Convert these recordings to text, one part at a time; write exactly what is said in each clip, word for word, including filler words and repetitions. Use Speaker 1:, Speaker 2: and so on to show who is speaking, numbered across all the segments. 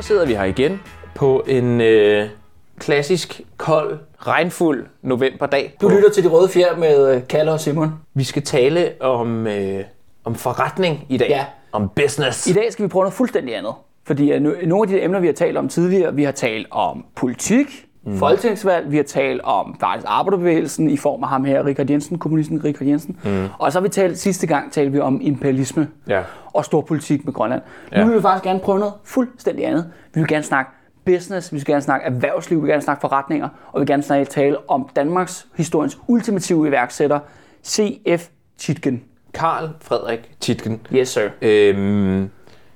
Speaker 1: sidder vi her igen på en øh, klassisk, kold, regnfuld novemberdag.
Speaker 2: Du lytter til De Røde Fjer med Kalle og Simon.
Speaker 1: Vi skal tale om, øh, om forretning i dag.
Speaker 2: Ja.
Speaker 1: Om business.
Speaker 2: I dag skal vi prøve noget fuldstændig andet. Fordi nogle af de emner, vi har talt om tidligere, vi har talt om politik, mm. folketingsvalg, vi har talt om faktisk arbejderbevægelsen i form af ham her, Richard Jensen, kommunisten Richard Jensen. Mm. Og så har vi talt, sidste gang talte vi om imperialisme
Speaker 1: ja. og
Speaker 2: storpolitik med Grønland.
Speaker 1: Ja.
Speaker 2: Nu vil vi faktisk gerne prøve noget fuldstændig andet. Vi vil gerne snakke business, vi vil gerne snakke erhvervsliv, vi vil gerne snakke forretninger, og vi vil gerne snakke tale om Danmarks historiens ultimative iværksætter, C F Tietgen.
Speaker 1: Carl Frederik Tietgen.
Speaker 2: Yes, sir.
Speaker 1: Øhm,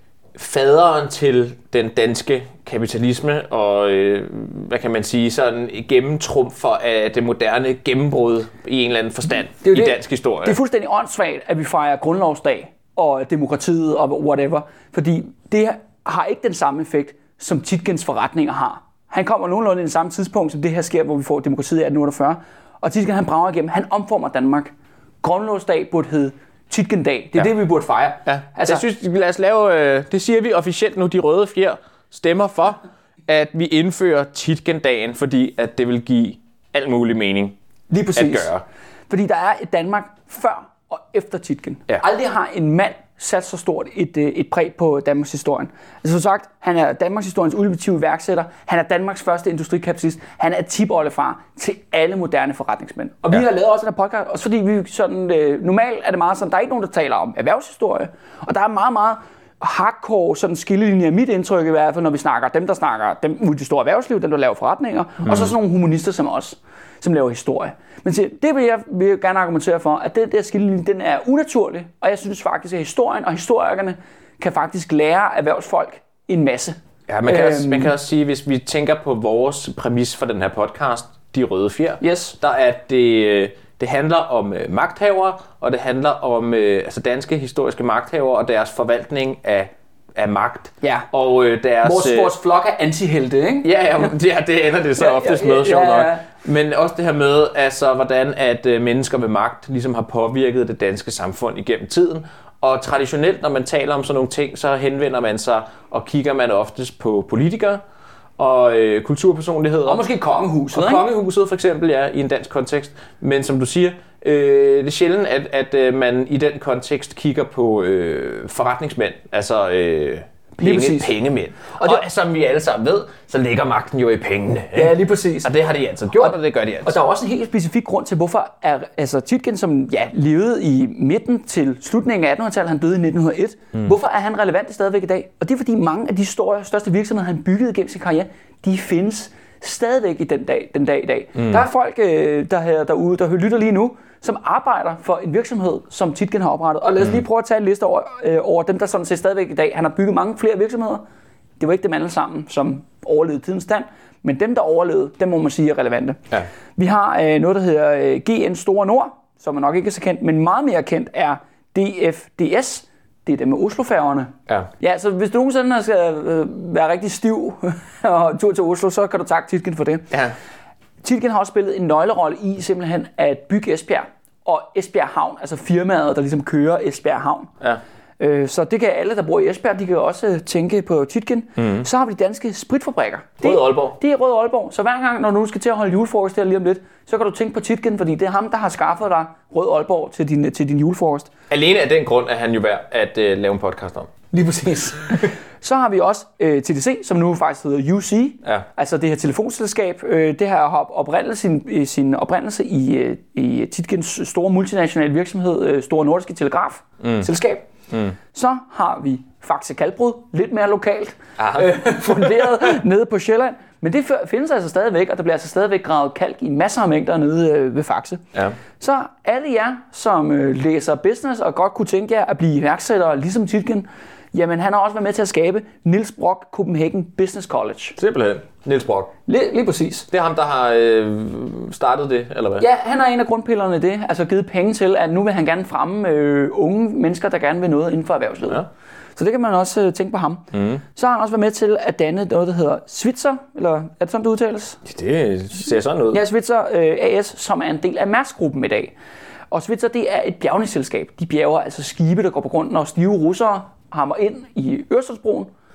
Speaker 1: faderen til den danske kapitalisme og, øh, hvad kan man sige, sådan gennemtrumfer af det moderne gennembrud i en eller anden forstand i det, dansk historie.
Speaker 2: Det er fuldstændig åndssvagt, at vi fejrer grundlovsdag og demokratiet og whatever, fordi det har ikke den samme effekt, som Tietgens forretninger har. Han kommer nogenlunde i det samme tidspunkt, som det her sker, hvor vi får demokratiet i atten otteogfyrre, og Tietgen han brager igennem, han omformer Danmark. Grundlovsdag burde hedde Tietgen-dag. Det er ja. det, vi burde fejre.
Speaker 1: Ja. Altså, jeg synes, lad os lave, øh, det siger vi officielt nu, De Røde Fjer stemmer for, at vi indfører Tietgen-dagen, fordi at det vil give alt mulig mening
Speaker 2: lige præcis.
Speaker 1: At gøre.
Speaker 2: Fordi der er et Danmark før og efter Tietgen.
Speaker 1: Ja.
Speaker 2: Aldrig har en mand sat så stort et, et præg på Danmarks historien. Altså som sagt, han er Danmarks historiens ultimative iværksætter. Han er Danmarks første industrikapitalist. Han er tipoldefar til alle moderne forretningsmænd. Og vi ja. har lavet også den her podcast, også fordi vi sådan, øh, normalt er det meget sådan, der er ikke nogen, der taler om erhvervshistorie. Og der er meget, meget hardcore sådan skillelinjer, mit indtryk i hvert fald, når vi snakker dem, der snakker dem ud i det store erhvervsliv, dem, der laver forretninger, mm. og så sådan nogle humanister som os, som laver historie. Men til, det vil jeg, vil jeg gerne argumentere for, at den der skillelinje, den er unaturlig, og jeg synes faktisk, at historien og historikerne kan faktisk lære erhvervsfolk en masse.
Speaker 1: Ja, man kan, øhm, også, man kan også sige, hvis vi tænker på vores præmis for den her podcast, De Røde Fjer,
Speaker 2: yes.
Speaker 1: der er det, det handler om øh, magthavere, og det handler om øh, altså danske historiske magthavere og deres forvaltning af af magt.
Speaker 2: Ja.
Speaker 1: Og øh, deres
Speaker 2: vores, vores flok er antihelte, ikke?
Speaker 1: Ja, ja, ja, det ender det så ja, oftest med, ja, ja, sjovt nok. Ja, ja. Men også det her med, altså, hvordan at øh, mennesker med magt ligesom har påvirket det danske samfund igennem tiden. Og traditionelt, når man taler om sådan nogle ting, så henvender man sig og kigger man oftest på politikere og øh, kulturpersonligheder.
Speaker 2: Og måske kongehuset,
Speaker 1: og
Speaker 2: ikke?
Speaker 1: kongehuset for eksempel, ja, i en dansk kontekst. Men som du siger, øh, det er sjældent, at, at øh, man i den kontekst kigger på øh, forretningsmænd, altså øh, penge, pengemænd. Og, det, og som vi alle sammen ved, så ligger magten jo i pengene. Ikke?
Speaker 2: Ja, lige præcis.
Speaker 1: Og det har de altid gjort, og, og det gør de altid.
Speaker 2: Og der er også en helt specifik grund til, hvorfor er, altså, Tietgen, som ja, levede i midten til slutningen af attenhundredetallet, han døde i nitten hundrede og et. Mm. Hvorfor er han relevant stadigvæk i dag? Og det er fordi mange af de store, største virksomheder, han byggede gennem sin karriere, de findes stadigvæk i den dag, den dag i dag. Mm. Der er folk, der her derude, der lytter lige nu, som arbejder for en virksomhed, som Tietgen har oprettet. Og lad os lige prøve at tage en liste over, øh, over dem, der sådan set stadigvæk i dag. Han har bygget mange flere virksomheder. Det var ikke dem alle sammen, som overlevede tidens stand, men dem, der overlevede, dem må man sige er relevante. Ja. Vi har øh, noget, der hedder øh, G N Store Nord, som er nok ikke er så kendt, men meget mere kendt er D F D S. Det er dem med Oslofærgerne. Ja. Ja, så hvis du nogensinde skal øh, være rigtig stiv og tur til Oslo, så kan du takke Tietgen for det. Ja. Tietgen har også spillet en nøglerolle i simpelthen at bygge Esbjerg og Esbjerg Havn, altså firmaet, der ligesom kører Esbjerg Havn. Ja. Øh, så det kan alle, der bor i Esbjerg, de kan også tænke på Tietgen. Mm. Så har vi de danske spritfabrikker.
Speaker 1: Rød Aalborg.
Speaker 2: Det er Rød Aalborg. Så hver gang, når du skal til at holde julefrokost her lige om lidt, så kan du tænke på Tietgen, fordi det er ham, der har skaffet dig Rød Aalborg til din, til din julefrokost.
Speaker 1: Alene af den grund er han jo værd at øh, lave en podcast om.
Speaker 2: Lige præcis. Så har vi også øh, T D C, som nu faktisk hedder U C, ja. Altså det her telefonselskab. Øh, det her har oprindelse sin, sin oprindelse i, øh, i Tietgens store multinationale virksomhed, øh, Store Nordiske Telegraf mm. selskab. Mm. Så har vi Faxe Kalkbrud, lidt mere lokalt, øh, funderet nede på Sjælland. Men det findes altså stadigvæk, og der bliver altså stadigvæk gravet kalk i masser af mængder nede øh, ved Faxe. Ja. Så alle jer, som øh, læser business og godt kunne tænke jer at blive iværksættere ligesom Tietgen, jamen han har også været med til at skabe Niels Brock Copenhagen Business College.
Speaker 1: Simpelthen. Niels Brock.
Speaker 2: Lige, lige præcis.
Speaker 1: Det er ham, der har øh, startet det, eller hvad?
Speaker 2: Ja, han er en af grundpillerne i det. Altså givet penge til, at nu vil han gerne fremme øh, unge mennesker, der gerne vil noget inden for erhvervslivet. Ja. Så det kan man også øh, tænke på ham. Mm. Så har han også været med til at danne noget, der hedder Svitzer, eller er det sådan, det udtales?
Speaker 1: Det ser sådan ud.
Speaker 2: Ja, Svitzer øh, A S, som er en del af Mærsk-gruppen i dag. Og Svitzer, det er et bjergningsselskab. De bjerger altså skibe, der går på grund, når stive russere hammer ind i Øresundsbroen.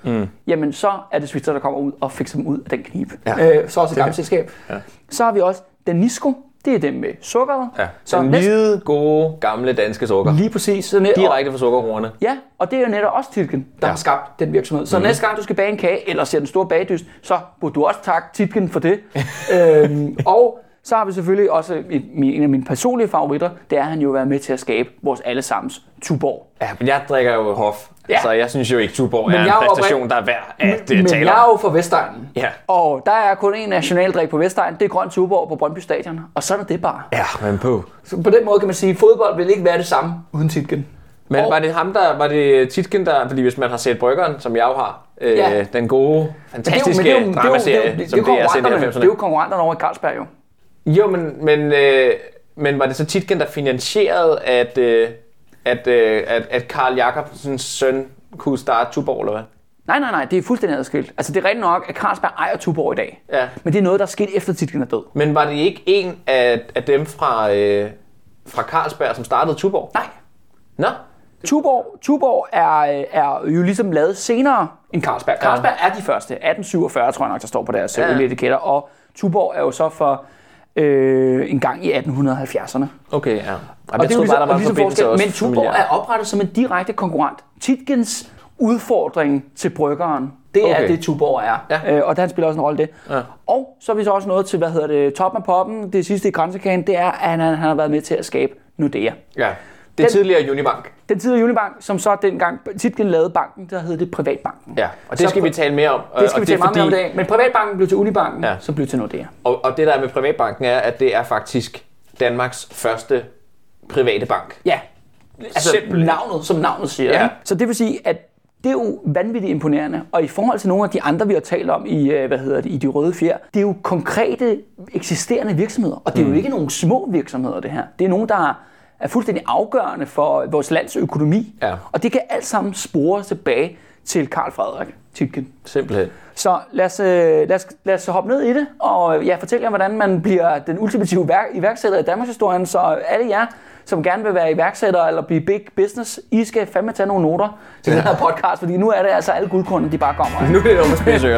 Speaker 2: mm. jamen så er det Svitzer, der kommer ud og fikser dem ud af den knib. Ja. Øh, så også et gammelt selskab. Ja. Så har vi også Danisco. Det er dem med sukkeret.
Speaker 1: Ja, så den hvide, gode, gamle danske sukker.
Speaker 2: Lige præcis. Så net,
Speaker 1: direkte fra sukkerroerne.
Speaker 2: Ja, og det er jo netop også Tietgen, der ja. har skabt den virksomhed. Så mm-hmm. næste gang du skal bage en kage, eller ser den store bagedyst, så burde du også takke Tietgen for det. øhm, og så har vi selvfølgelig også en af mine personlige favoritter, det er, at han jo været med til at skabe vores allesammens Tuborg.
Speaker 1: Ja, men jeg drikker jo Hof, ja. så jeg synes jo ikke, Tuborg er en præstation, der er værd at
Speaker 2: tale om. Men jeg er jo fra Vestegnen,
Speaker 1: ja.
Speaker 2: og der er kun en nationaldrik på Vestegnen, det er grøn Tuborg på Brøndby Stadion, og så er det bare.
Speaker 1: Ja, men på.
Speaker 2: Så på den måde kan man sige, at fodbold vil ikke være det samme uden Tietgen.
Speaker 1: Men og var det ham, der var det Tietgen, der, fordi hvis man har set Bryggeren, som jeg jo har, øh, ja. den gode, fantastiske dramaserie, som det er sendt i halvfemserne.
Speaker 2: Det er jo konkurrenterne over i Carlsberg jo.
Speaker 1: Jo, men, men, øh, men var det så Tietgen, der finansierede, at, øh, at, øh, at, at Carl Jacobsens søn kunne starte Tuborg, eller hvad?
Speaker 2: Nej, nej, nej, det er fuldstændig adskilt. Altså, det er rigtigt nok, at Carlsberg ejer Tuborg i dag.
Speaker 1: Ja.
Speaker 2: Men det er noget, der er sket efter Tietgen er død.
Speaker 1: Men var det ikke en af, af dem fra, øh, fra Carlsberg, som startede Tuborg?
Speaker 2: Nej.
Speaker 1: Nå?
Speaker 2: Tuborg, Tuborg er, er jo ligesom lavet senere end Carlsberg. Carlsberg ja. er de første. atten syvogfyrre, tror jeg nok, der står på deres ja. etiketter. Og Tuborg er jo så for øh, en gang i atten halvfjerdserne.
Speaker 1: Okay, ja. Og,
Speaker 2: og det er jo ligesom, bare, der ligesom forskel, men Tuborg er oprettet som en direkte konkurrent. Tietgens udfordring til bryggeren, det okay. er det Tuborg er. Ja. Øh, og der spiller også en rolle det. Ja. Og så er vi så også nået til, hvad hedder det, toppen af poppen, det sidste i kransekagen, det er, at han, han har været med til at skabe Nordea.
Speaker 1: Ja. Det den, tidligere Unibank.
Speaker 2: Den tidligere Unibank, som så dengang Tietgen lavede banken, der hed det Privatbanken.
Speaker 1: Ja, og det så skal vi tale mere om.
Speaker 2: Det skal vi tale meget mere om i dag. Men Privatbanken blev til Unibanken, ja. som blev til Nordea.
Speaker 1: Og, og det der med Privatbanken er, at det er faktisk Danmarks første private bank.
Speaker 2: Ja, altså navnet, som navnet siger. Ja. Så det vil sige, at det er jo vanvittigt imponerende. Og i forhold til nogle af de andre, vi har talt om i, hvad hedder det, i de røde fjer, det er jo konkrete eksisterende virksomheder. Og det er jo mm. ikke nogle små virksomheder, det her. Det er nogle, der er fuldstændig afgørende for vores lands økonomi. Ja. Og det kan alt sammen spore tilbage til Carl Frederik Tietgen.
Speaker 1: Simpelthen.
Speaker 2: Så lad os, lad, os, lad os hoppe ned i det, og ja, fortælle jer, hvordan man bliver den ultimative iværksætter i Danmarks historien. Så alle jer, som gerne vil være iværksætter eller blive big business, I skal fandme tage nogle noter til ja. den her podcast, fordi nu er det altså alle guldkunder, de bare kommer.
Speaker 1: Nu er det jo med spidsører.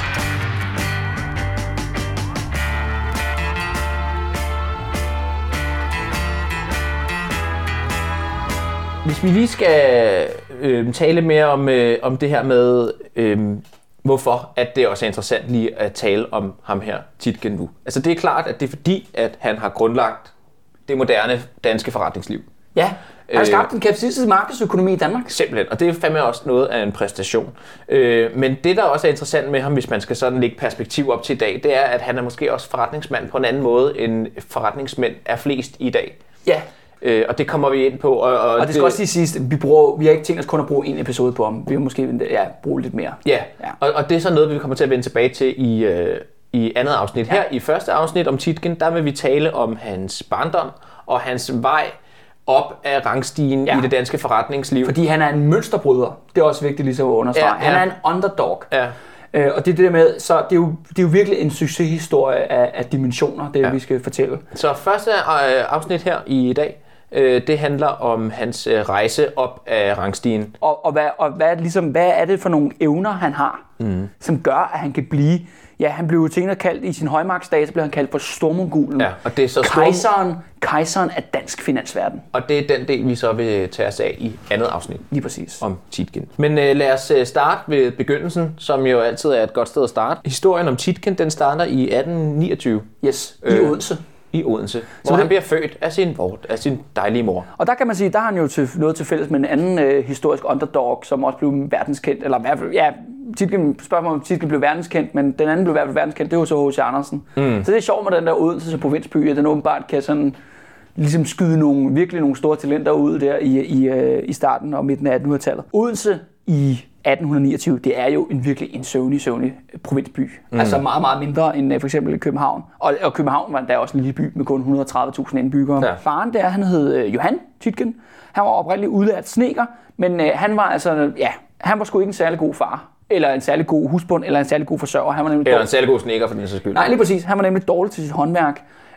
Speaker 1: Hvis vi lige skal øh, tale mere om, øh, om det her med, øh, hvorfor at det også er interessant lige at tale om ham her, Tietgen nu. Altså det er klart, at det er fordi, at han har grundlagt det moderne danske forretningsliv.
Speaker 2: Ja, han har skabt en kapitalistisk markedsøkonomi i Danmark.
Speaker 1: Simpelthen, og det er fandme også noget af en præstation. Øh, men det, der også er interessant med ham, hvis man skal sådan lægge perspektiv op til i dag, det er, at han er måske også forretningsmand på en anden måde, end forretningsmænd er flest i dag.
Speaker 2: Ja.
Speaker 1: Øh, og det kommer vi ind på. Og, og,
Speaker 2: og det skal det, også lige siges, vi, bruger, vi har ikke tænkt os kun at bruge en episode på ham. Vi har måske ja, bruge lidt mere.
Speaker 1: Ja, ja. Og, og det er så noget, vi kommer til at vende tilbage til i, øh, i andet afsnit. Ja. Her i første afsnit om Tietgen, der vil vi tale om hans barndom og hans vej op af rangstigen ja. i det danske forretningsliv.
Speaker 2: Fordi han er en mønsterbryder. Det er også vigtigt lige så at understrege. Ja, ja. Han er en underdog.
Speaker 1: Ja.
Speaker 2: Øh, og det er det der med, så det er jo, det er jo virkelig en succeshistorie af, af dimensioner, det ja. vi skal fortælle.
Speaker 1: Så første afsnit her i dag, det handler om hans rejse op af rangstigen.
Speaker 2: Og, og, hvad, og hvad, ligesom, hvad er det for nogle evner, han har, mm. som gør, at han kan blive... Ja, han blev jo senere kaldt i sin højmarksdage, så blev han kaldt for stormongolen.
Speaker 1: Ja, og det er så
Speaker 2: storm... kejseren, kejseren af dansk finansverden.
Speaker 1: Og det er den del, vi så vil tage os af i andet afsnit.
Speaker 2: Lige præcis.
Speaker 1: Om Tietgen. Men øh, lad os starte ved begyndelsen, som jo altid er et godt sted at starte. Historien om Tietgen, den starter i atten niogtyve.
Speaker 2: Yes, i øh, Odense.
Speaker 1: I Odense, hvor så han det... bliver født af sin, af sin dejlige mor.
Speaker 2: Og der kan man sige, der har han jo til, noget til fælles med en anden øh, historisk underdog, som også blev verdenskendt, eller i hvert fald, ja, Tietgen, spørgsmål om Tietgen blev verdenskendt, men den anden blev i hvert fald verdenskendt, det var så H C Andersen. Mm. Så det er sjovt med den der Odense provinsby, at den åbenbart kan sådan ligesom skyde nogle, virkelig nogle store talenter ud der i, i, i starten og midten af attenhundredetallet. Odense i atten niogtyve, det er jo en virkelig en søvnig, søvnig provinsby. Mm. Altså meget, meget mindre end for eksempel København. Og, og København var endda også en lille by med kun et hundrede og tredive tusind indbyggere. Ja. Faren der, han hed Johan Tietgen. Han var oprindeligt udlært snedker, men øh, han var altså, ja, han var sgu ikke en særlig god far. Eller en særlig god husbund, eller en særlig god forsørger. Han var nemlig
Speaker 1: eller dårlig. En særlig god snedker for den så skyld.
Speaker 2: Nej, lige præcis. Han var nemlig dårlig til sit håndværk.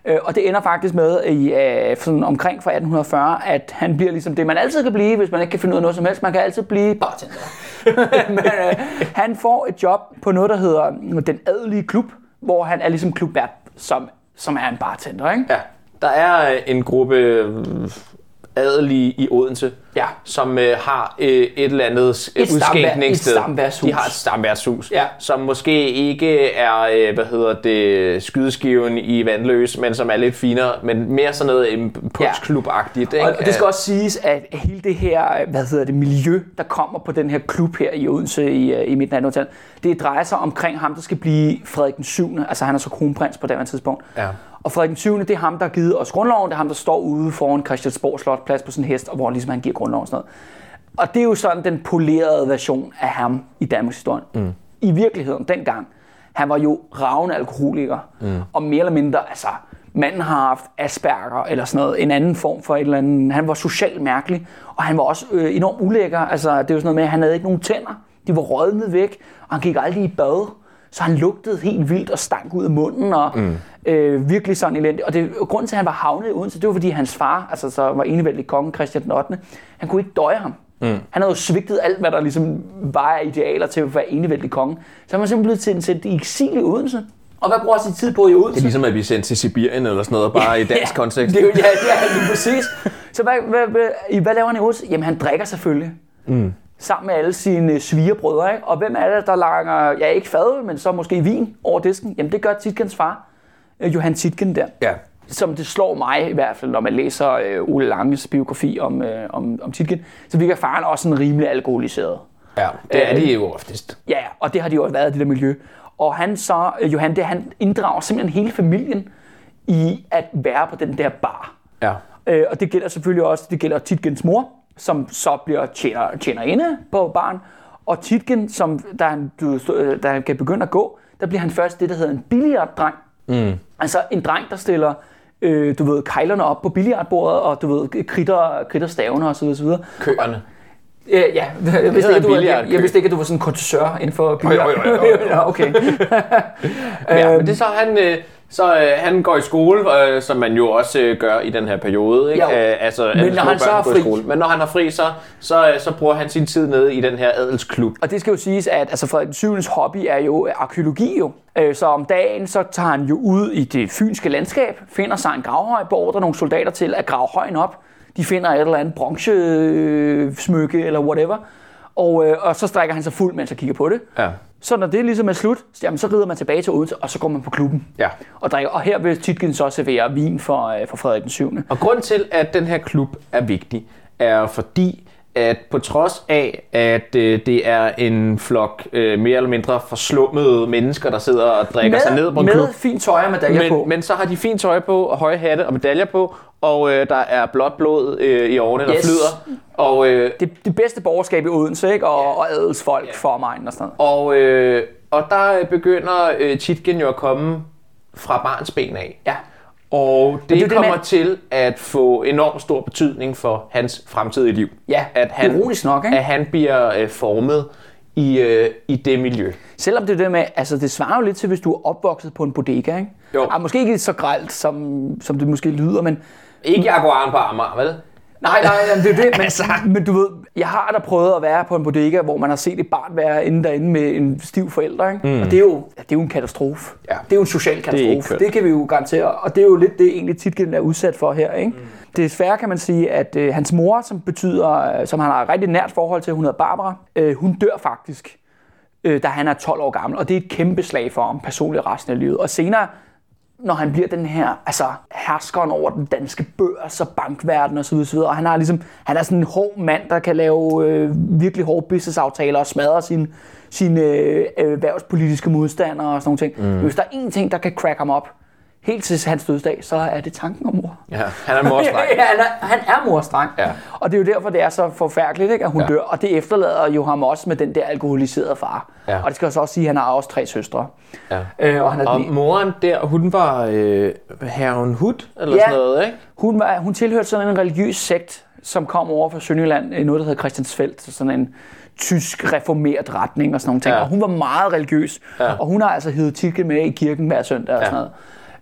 Speaker 2: Øh, og det ender faktisk med i øh, sådan omkring fra atten fyrre, at han bliver ligesom det, man altid kan blive, hvis man ikke kan finde ud af noget som helst. Man kan altid blive bartender. Men øh, han får et job på noget, der hedder Den Adelige Klub, hvor han er ligesom klubvært, som, som er en bartender, ikke?
Speaker 1: Ja, der er en gruppe adelige i Odense,
Speaker 2: ja.
Speaker 1: som øh, har øh, et eller andet øh, udskænkningssted.
Speaker 2: Et stamværtshus.
Speaker 1: De har et stamværtshus,
Speaker 2: ja.
Speaker 1: som måske ikke er, øh, hvad hedder det, skydeskiven i Vandløs, men som er lidt finere, men mere sådan noget punchklub-agtigt.
Speaker 2: Ja. Og, og det skal også siges, at hele det her, hvad hedder det, miljø, der kommer på den her klub her i Odense i, i midten af attenhundredetallet, det drejer sig omkring ham, der skal blive Frederik den syvende. Altså han er så kronprins på det tidspunkt.
Speaker 1: Ja.
Speaker 2: Og Frederik den syvende, det er ham, der har givet os grundloven. Det er ham, der står ude foran Christiansborg Slotsplads på sådan en hest, og hvor ligesom han giver grundloven og sådan noget. Og det er jo sådan den polerede version af ham i Danmarks historie. Mm. I virkeligheden, dengang, han var jo ravende alkoholiker. Mm. Og mere eller mindre, altså, manden har haft Asperger eller sådan noget, en anden form for et eller andet. Han var socialt mærkelig, og han var også øh, enormt ulækker. Altså, det er jo sådan noget med, at han havde ikke nogen tænder. De var rådnet væk, og han gik aldrig i bad. Så han lugtede helt vildt og stank ud af munden, og mm. øh, virkelig sådan elendigt. Og det, grunden til, at han var havnet i Odense, det var, fordi hans far, altså så var enevældig kongen Christian den ottende, han kunne ikke døje ham. Mm. Han havde jo svigtet alt, hvad der ligesom var af idealer til at være enevældig konge. Så han var simpelthen blevet sendt i eksil i Odense. Og hvad bruger sin tid på i Odense?
Speaker 1: Det er ligesom, at vi er sendt til Sibirien eller sådan noget, bare ja, i dansk ja, kontekst.
Speaker 2: Det er jo, ja, det er lige præcis. Så hvad, hvad, hvad, hvad laver han i Odense? Jamen, han drikker selvfølgelig. Mm. Sammen med alle sine svigerbrødre, ikke? Og hvem er det, der langer, ja ikke fadøl, men så måske vin over disken? Jamen det gør Tietgens far, Johan Tietgen der.
Speaker 1: Ja.
Speaker 2: Som det slår mig i hvert fald, når man læser øh, Ole Langes biografi om, øh, om, om Tietgen, så virker faren også sådan rimelig alkoholiseret.
Speaker 1: Ja, det er de jo oftest.
Speaker 2: Ja, og det har de jo været i det der miljø. Og han så, Johan, det, han inddrager simpelthen hele familien i at være på den der bar. Ja. Øh, og det gælder selvfølgelig også, det gælder Tietgens mor, som så bliver tjener, tjenerinde på baren. Og Tietgen, som, da, han, du, da han kan begynde at gå, der bliver han først det, der hedder en billiarddreng. Mm. Altså en dreng, der stiller øh, du ved, kejlerne op på billiardbordet, og du ved, kritter, kritter stavene og så videre, så videre.
Speaker 1: Køerne.
Speaker 2: Øh, ja, jeg vidste, ikke, du, jeg, jeg vidste ikke, at du var sådan en kontorsør inden for billard.
Speaker 1: Jo, jo, jo, jo.
Speaker 2: Ja, okay.
Speaker 1: Ja, men det er så, han, øh, så øh, han går i skole, øh, som man jo også øh, gør i den her periode. Ikke?
Speaker 2: Ja,
Speaker 1: altså,
Speaker 2: men når han så er fri.
Speaker 1: Skole. Men når han er fri, så, så, øh, så bruger han sin tid nede i den her adelsklub.
Speaker 2: Og det skal jo siges, at altså, Frederik den syvendes hobby er jo arkeologi. Jo. Så om dagen, så tager han jo ud i det fynske landskab, finder sig en gravhøj, beordrer nogle soldater til at grave højen op. De finder et eller andet bronzesmykke eller whatever, og, øh, og så strækker han sig fuld, mens han kigger på det. Ja. Så når det ligesom er slut, jamen, så rider man tilbage til Odense, og så går man på klubben. Ja. Og, drikker, og her vil Tietgen så servere vin for, øh, for Frederik den syvende.
Speaker 1: Og grund til, at den her klub er vigtig, er fordi, at på trods af, at øh, det er en flok øh, mere eller mindre forslummede mennesker, der sidder og drikker
Speaker 2: med,
Speaker 1: sig ned på en
Speaker 2: med
Speaker 1: klub.
Speaker 2: Med fint tøj og medaljer
Speaker 1: men,
Speaker 2: på.
Speaker 1: Men så har de fint tøj på, og høje hatte og medaljer på, og øh, der er blåt blod øh, i årene, der yes. flyder. Og, øh,
Speaker 2: det, det bedste borgerskab i Odense, ikke? Og, yeah. og adelsfolk yeah. for mig og sådan noget.
Speaker 1: Og, øh, og der begynder øh, Tietgen jo at komme fra barnsben af. Ja. Og det, det kommer det med... til at få enormt stor betydning for hans fremtidige liv.
Speaker 2: Ja, at han, ironisk nok, ikke?
Speaker 1: At han bliver øh, formet i, øh, i det miljø.
Speaker 2: Selvom det er det med, altså det svarer jo lidt til, hvis du er opvokset på en bodega, ikke? Jo. Ah, måske ikke så grelt, som, som det måske lyder, men...
Speaker 1: Ikke Jaguaren på Amager, vel?
Speaker 2: Nej, nej, det er det, men, altså. men du ved, jeg har da prøvet at være på en bodega, hvor man har set et barn være inde derinde med en stiv forælder, ikke? Mm. Og det er, jo, det er jo en katastrofe. Ja. Det er jo en social katastrofe. Det, det kan vi jo garantere, og det er jo lidt det, egentlig Tietgen er udsat for her, ikke? Mm. Desværre kan man sige, at øh, hans mor, som betyder, som han har et rigtig nært forhold til, hun hedder Barbara, øh, hun dør faktisk, øh, da han er tolv år gammel, og det er et kæmpe slag for ham personligt resten af livet. Og senere, når han bliver den her, altså herskeren over den danske børs og bankverden og så videre, så videre. Og han har ligesom, han er sådan en hård mand, der kan lave øh, virkelig hårde businessaftaler og smadre sine sin, øh, erhvervspolitiske modstandere og sådan nogle ting. Mm. Hvis der er én ting, der kan crack ham op, helt til hans dødsdag, så er det tanken om mor.
Speaker 1: Ja, han er morstreng.
Speaker 2: ja, han er, han er morstreng. Ja. Og det er jo derfor, det er så forfærdeligt, ikke, at hun ja. dør. Og det efterlader jo ham også med den der alkoholiserede far. Ja. Og det skal også sige, at han har også tre søstre. Ja.
Speaker 1: Øh, og han er og moren der, hun var øh, herren Hud, eller ja, sådan noget, ikke?
Speaker 2: Hun, var, hun tilhørte sådan en religiøs sekt, som kom over fra Sønderjylland, noget, der hedder Christiansfeld, sådan en tysk reformeret retning og sådan nogle ting. Ja. Og hun var meget religiøs, ja. og hun har altså heddet Tietgen med i kirken hver søndag og ja. sådan noget.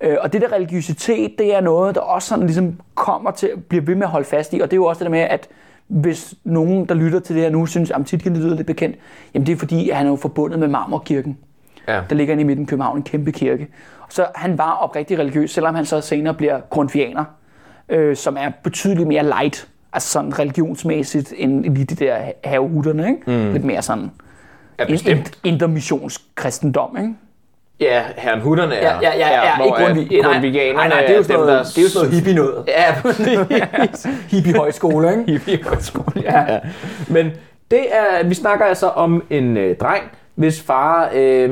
Speaker 2: Øh, og det der religiøsitet, det er noget, der også sådan ligesom kommer til at blive ved med at holde fast i. Og det er jo også det der med, at hvis nogen, der lytter til det her nu, synes, at Tietgen lyder lidt bekendt, jamen det er fordi, han er jo forbundet med Marmorkirken. Ja. Der ligger inde i midten af København, en kæmpe kirke. Så han var oprigtig religiøs, selvom han så senere bliver grundtvianer, øh, som er betydeligt mere light, altså sådan religionsmæssigt, end lige de der havehutterne, ikke? Mm. Lidt mere sådan
Speaker 1: ja,
Speaker 2: intermissionsk kristendom, ikke?
Speaker 1: Ja, herren hutterne er,
Speaker 2: ja, ja, ja, ja,
Speaker 1: er,
Speaker 2: ikke grundviganerne.
Speaker 1: Grundviganerne
Speaker 2: nej, nej, det er jo sådan noget, der... det er jo sådan noget hippie noget.
Speaker 1: Ja,
Speaker 2: hippie højskole, ikke?
Speaker 1: Hippie højskole, ja. ja. Men det er, vi snakker altså om en øh, dreng, hvis far øh,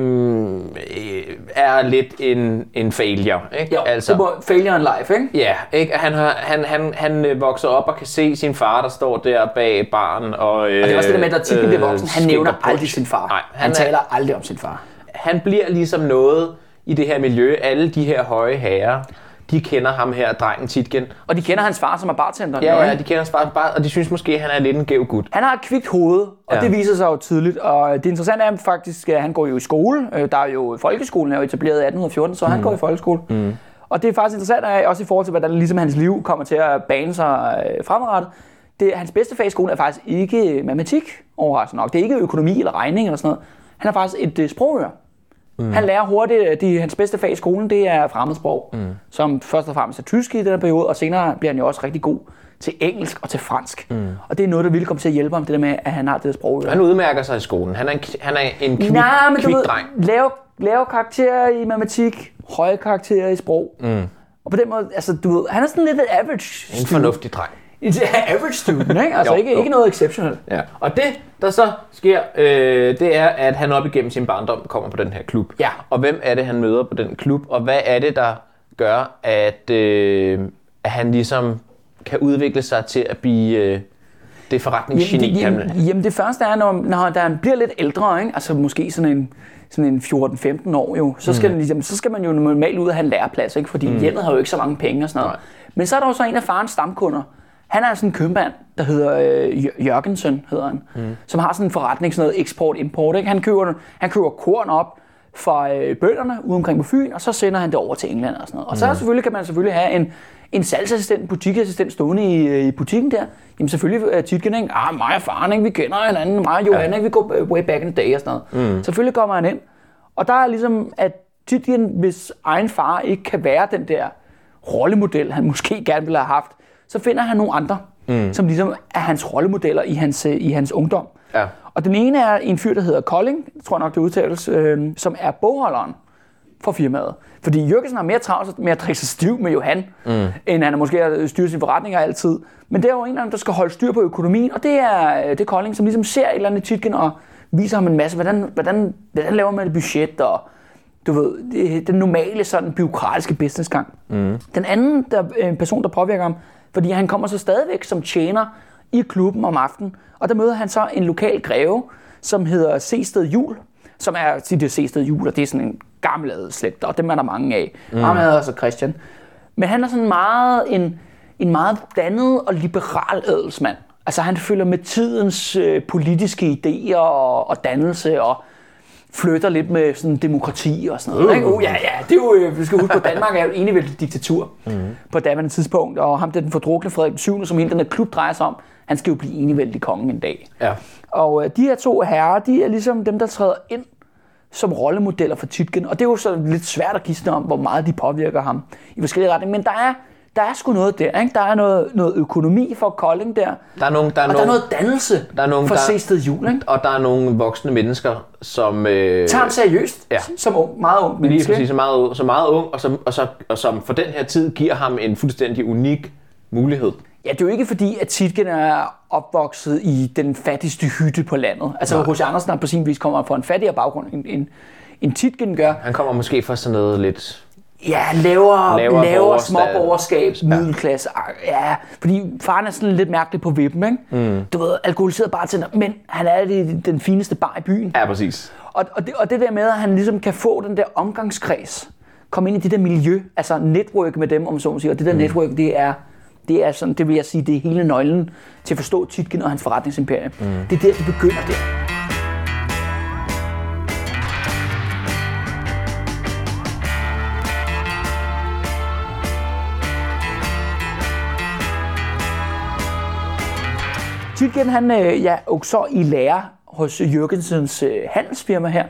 Speaker 1: er lidt en, en failure, ikke?
Speaker 2: Jo, altså, det var failure in life, ikke?
Speaker 1: Ja, ikke? Han, har, han, han, han vokser op og kan se sin far, der står der bag baren. Og, øh,
Speaker 2: og det er også det der med, at Tietgen bliver voksen. Han nævner aldrig sin far. Nej, han, han taler er, aldrig om sin far.
Speaker 1: Han bliver ligesom noget i det her miljø. Alle de her høje herrer, de kender ham her, drengen Tietgen.
Speaker 2: Og de kender hans far, som er bartender.
Speaker 1: Ja, ja, de kender hans far, og de synes måske, at han er lidt en gæv gut.
Speaker 2: Han har et kvikt hoved, og ja. Det viser sig jo tydeligt. Og det interessante er faktisk, at han går jo i skole. Der er jo folkeskolen er jo etableret i atten fjorten, så mm. han går i folkeskole. Mm. Og det er faktisk interessant, også i forhold til, hvordan ligesom hans liv kommer til at bane sig fremadrettet. Det, hans bedste fag i skolen er faktisk ikke matematik, overraskende nok. Det er ikke økonomi eller regning eller sådan noget. Han er faktisk et uh, sprogøre. Mm. Han lærer hurtigt, at de, hans bedste fag i skolen, det er fremmedsprog, mm. som først og fremmest er tysk i den periode, og senere bliver han jo også rigtig god til engelsk og til fransk. Mm. Og det er noget, der ville komme til at hjælpe ham, det der med, at han har det der sprog.
Speaker 1: Han udmærker sig i skolen. Han er en, han er en kvik, nah, men kvik ved, dreng.
Speaker 2: Lave, lave karakterer i matematik, høje karakterer i sprog. Mm. Og på den måde, altså du ved, han er sådan lidt et average.
Speaker 1: En fornuftig dreng.
Speaker 2: En average student, ikke? Altså jo, ikke, ikke noget exceptionelt.
Speaker 1: Ja. Og det, der så sker, øh, det er, at han op igennem sin barndom kommer på den her klub.
Speaker 2: Ja.
Speaker 1: Og hvem er det, han møder på den klub? Og hvad er det, der gør, at, øh, at han ligesom kan udvikle sig til at blive øh, det forretningsgeni?
Speaker 2: Jamen, jamen, jamen det første er, når, når han bliver lidt ældre, ikke? Altså måske sådan en, sådan en fjorten femten år, jo, så, skal mm. ligesom, så skal man jo normalt ud og have en læreplads, ikke? Fordi mm. hjemmet har jo ikke så mange penge og sådan noget. Nej. Men så er der jo så en af farens stamkunder. Han er sådan en købmand, der hedder øh, Jørgensen, hedder han, mm. som har sådan en forretning, sådan noget eksport-import. Ikke? Han, køber, han køber korn op fra øh, bønderne ude omkring på Fyn, og så sender han det over til England og sådan noget. Og så mm. selvfølgelig kan man selvfølgelig have en, en salgsassistent, en butikassistent stående i, i butikken der. Jamen selvfølgelig er Tietgen, ikke? Ah, mig og faren, ikke? Vi kender hinanden, mig og Johan, ikke? Vi går way back in the day og sådan noget. Mm. Selvfølgelig kommer han ind. Og der er ligesom, at Tietgen, hvis egen far ikke kan være den der rollemodel, han måske gerne ville have haft, så finder han nogle andre, mm. som ligesom er hans rollemodeller i hans, i hans ungdom.
Speaker 1: Ja. Og
Speaker 2: den ene er en fyr, der hedder Kolding, tror jeg nok det udtales, øh, som er bogholderen for firmaet. Fordi Jørgensen har mere travlt med at drikke sig stiv med Johan, mm. end han måske har styret sine forretninger altid. Men det er jo en eller anden, der skal holde styr på økonomien, og det er, det er Kolding, som ligesom ser et eller andet Tietgen og viser ham en masse, hvordan, hvordan, hvordan laver man et budget, og du ved, det, den normale sådan bureaukratiske businessgang. Mm. Den anden der, en person, der påvirker ham, fordi han kommer så stadigvæk som tjener i klubben om aftenen, og der møder han så en lokal greve, som hedder Sehested Juel, som er, det er Sehested Juel, og det er sådan en gammel adelslægt, og dem er der mange af. Mm. Og han hedder så Christian. Men han er sådan meget en, en meget dannet og liberal adelsmand. Altså han følger med tidens øh, politiske idéer og, og dannelse, og flytter lidt med sådan demokrati og sådan noget. Ikke? Uh, ja, ja, det er jo, vi skal huske på, Danmark er jo et enevældigt diktatur mm. på daværende tidspunkt, og ham der den fordrukne Frederik den syvende, som hele den her klub drejer sig om, han skal jo blive enevældig konge en dag. Ja. Og øh, de her to herrer, de er ligesom dem, der træder ind som rollemodeller for Tietgen, og det er jo så lidt svært at gisne om, hvor meget de påvirker ham i forskellige retninger, men der er Der er sgu noget der, ikke? Der er noget, noget økonomi for Kolding der,
Speaker 1: der er nogle, der er
Speaker 2: og
Speaker 1: nogle,
Speaker 2: der er noget dannelse
Speaker 1: der er nogle,
Speaker 2: for
Speaker 1: der,
Speaker 2: Sehested Juel, ikke?
Speaker 1: Og der er nogle voksne mennesker, som Øh,
Speaker 2: tager ham seriøst, ja. som ung, meget ung menneske.
Speaker 1: Lige præcis, så meget, så meget ung, og som, og, så, og som for den her tid giver ham en fuldstændig unik mulighed.
Speaker 2: Ja, det er jo ikke fordi, at Tietgen er opvokset i den fattigste hytte på landet. Altså, H C Andersen har på sin vis kommer fra en fattigere baggrund, end, end, end Tietgen gør.
Speaker 1: Han kommer måske fra sådan noget lidt...
Speaker 2: Ja, lavere, lavere, lavere småborgerskab, middelklasse. Ja, fordi faren er sådan lidt mærkelig på vippen, ikke? Mm. Du ved, alkoholiseret bartender, men han er det, den fineste bar i byen.
Speaker 1: Ja, præcis.
Speaker 2: Og, og, det, og det der med, at han ligesom kan få den der omgangskreds, komme ind i det der miljø, altså network med dem, om så må sige, og det der mm. network, det er, det er sådan, det vil jeg sige, det er hele nøglen til at forstå Tietgen og hans forretningsimperie. Mm. Det er der, det begynder der. Tietgen, han øh, ja, er så i lære hos Jürgensens øh, handelsfirma her.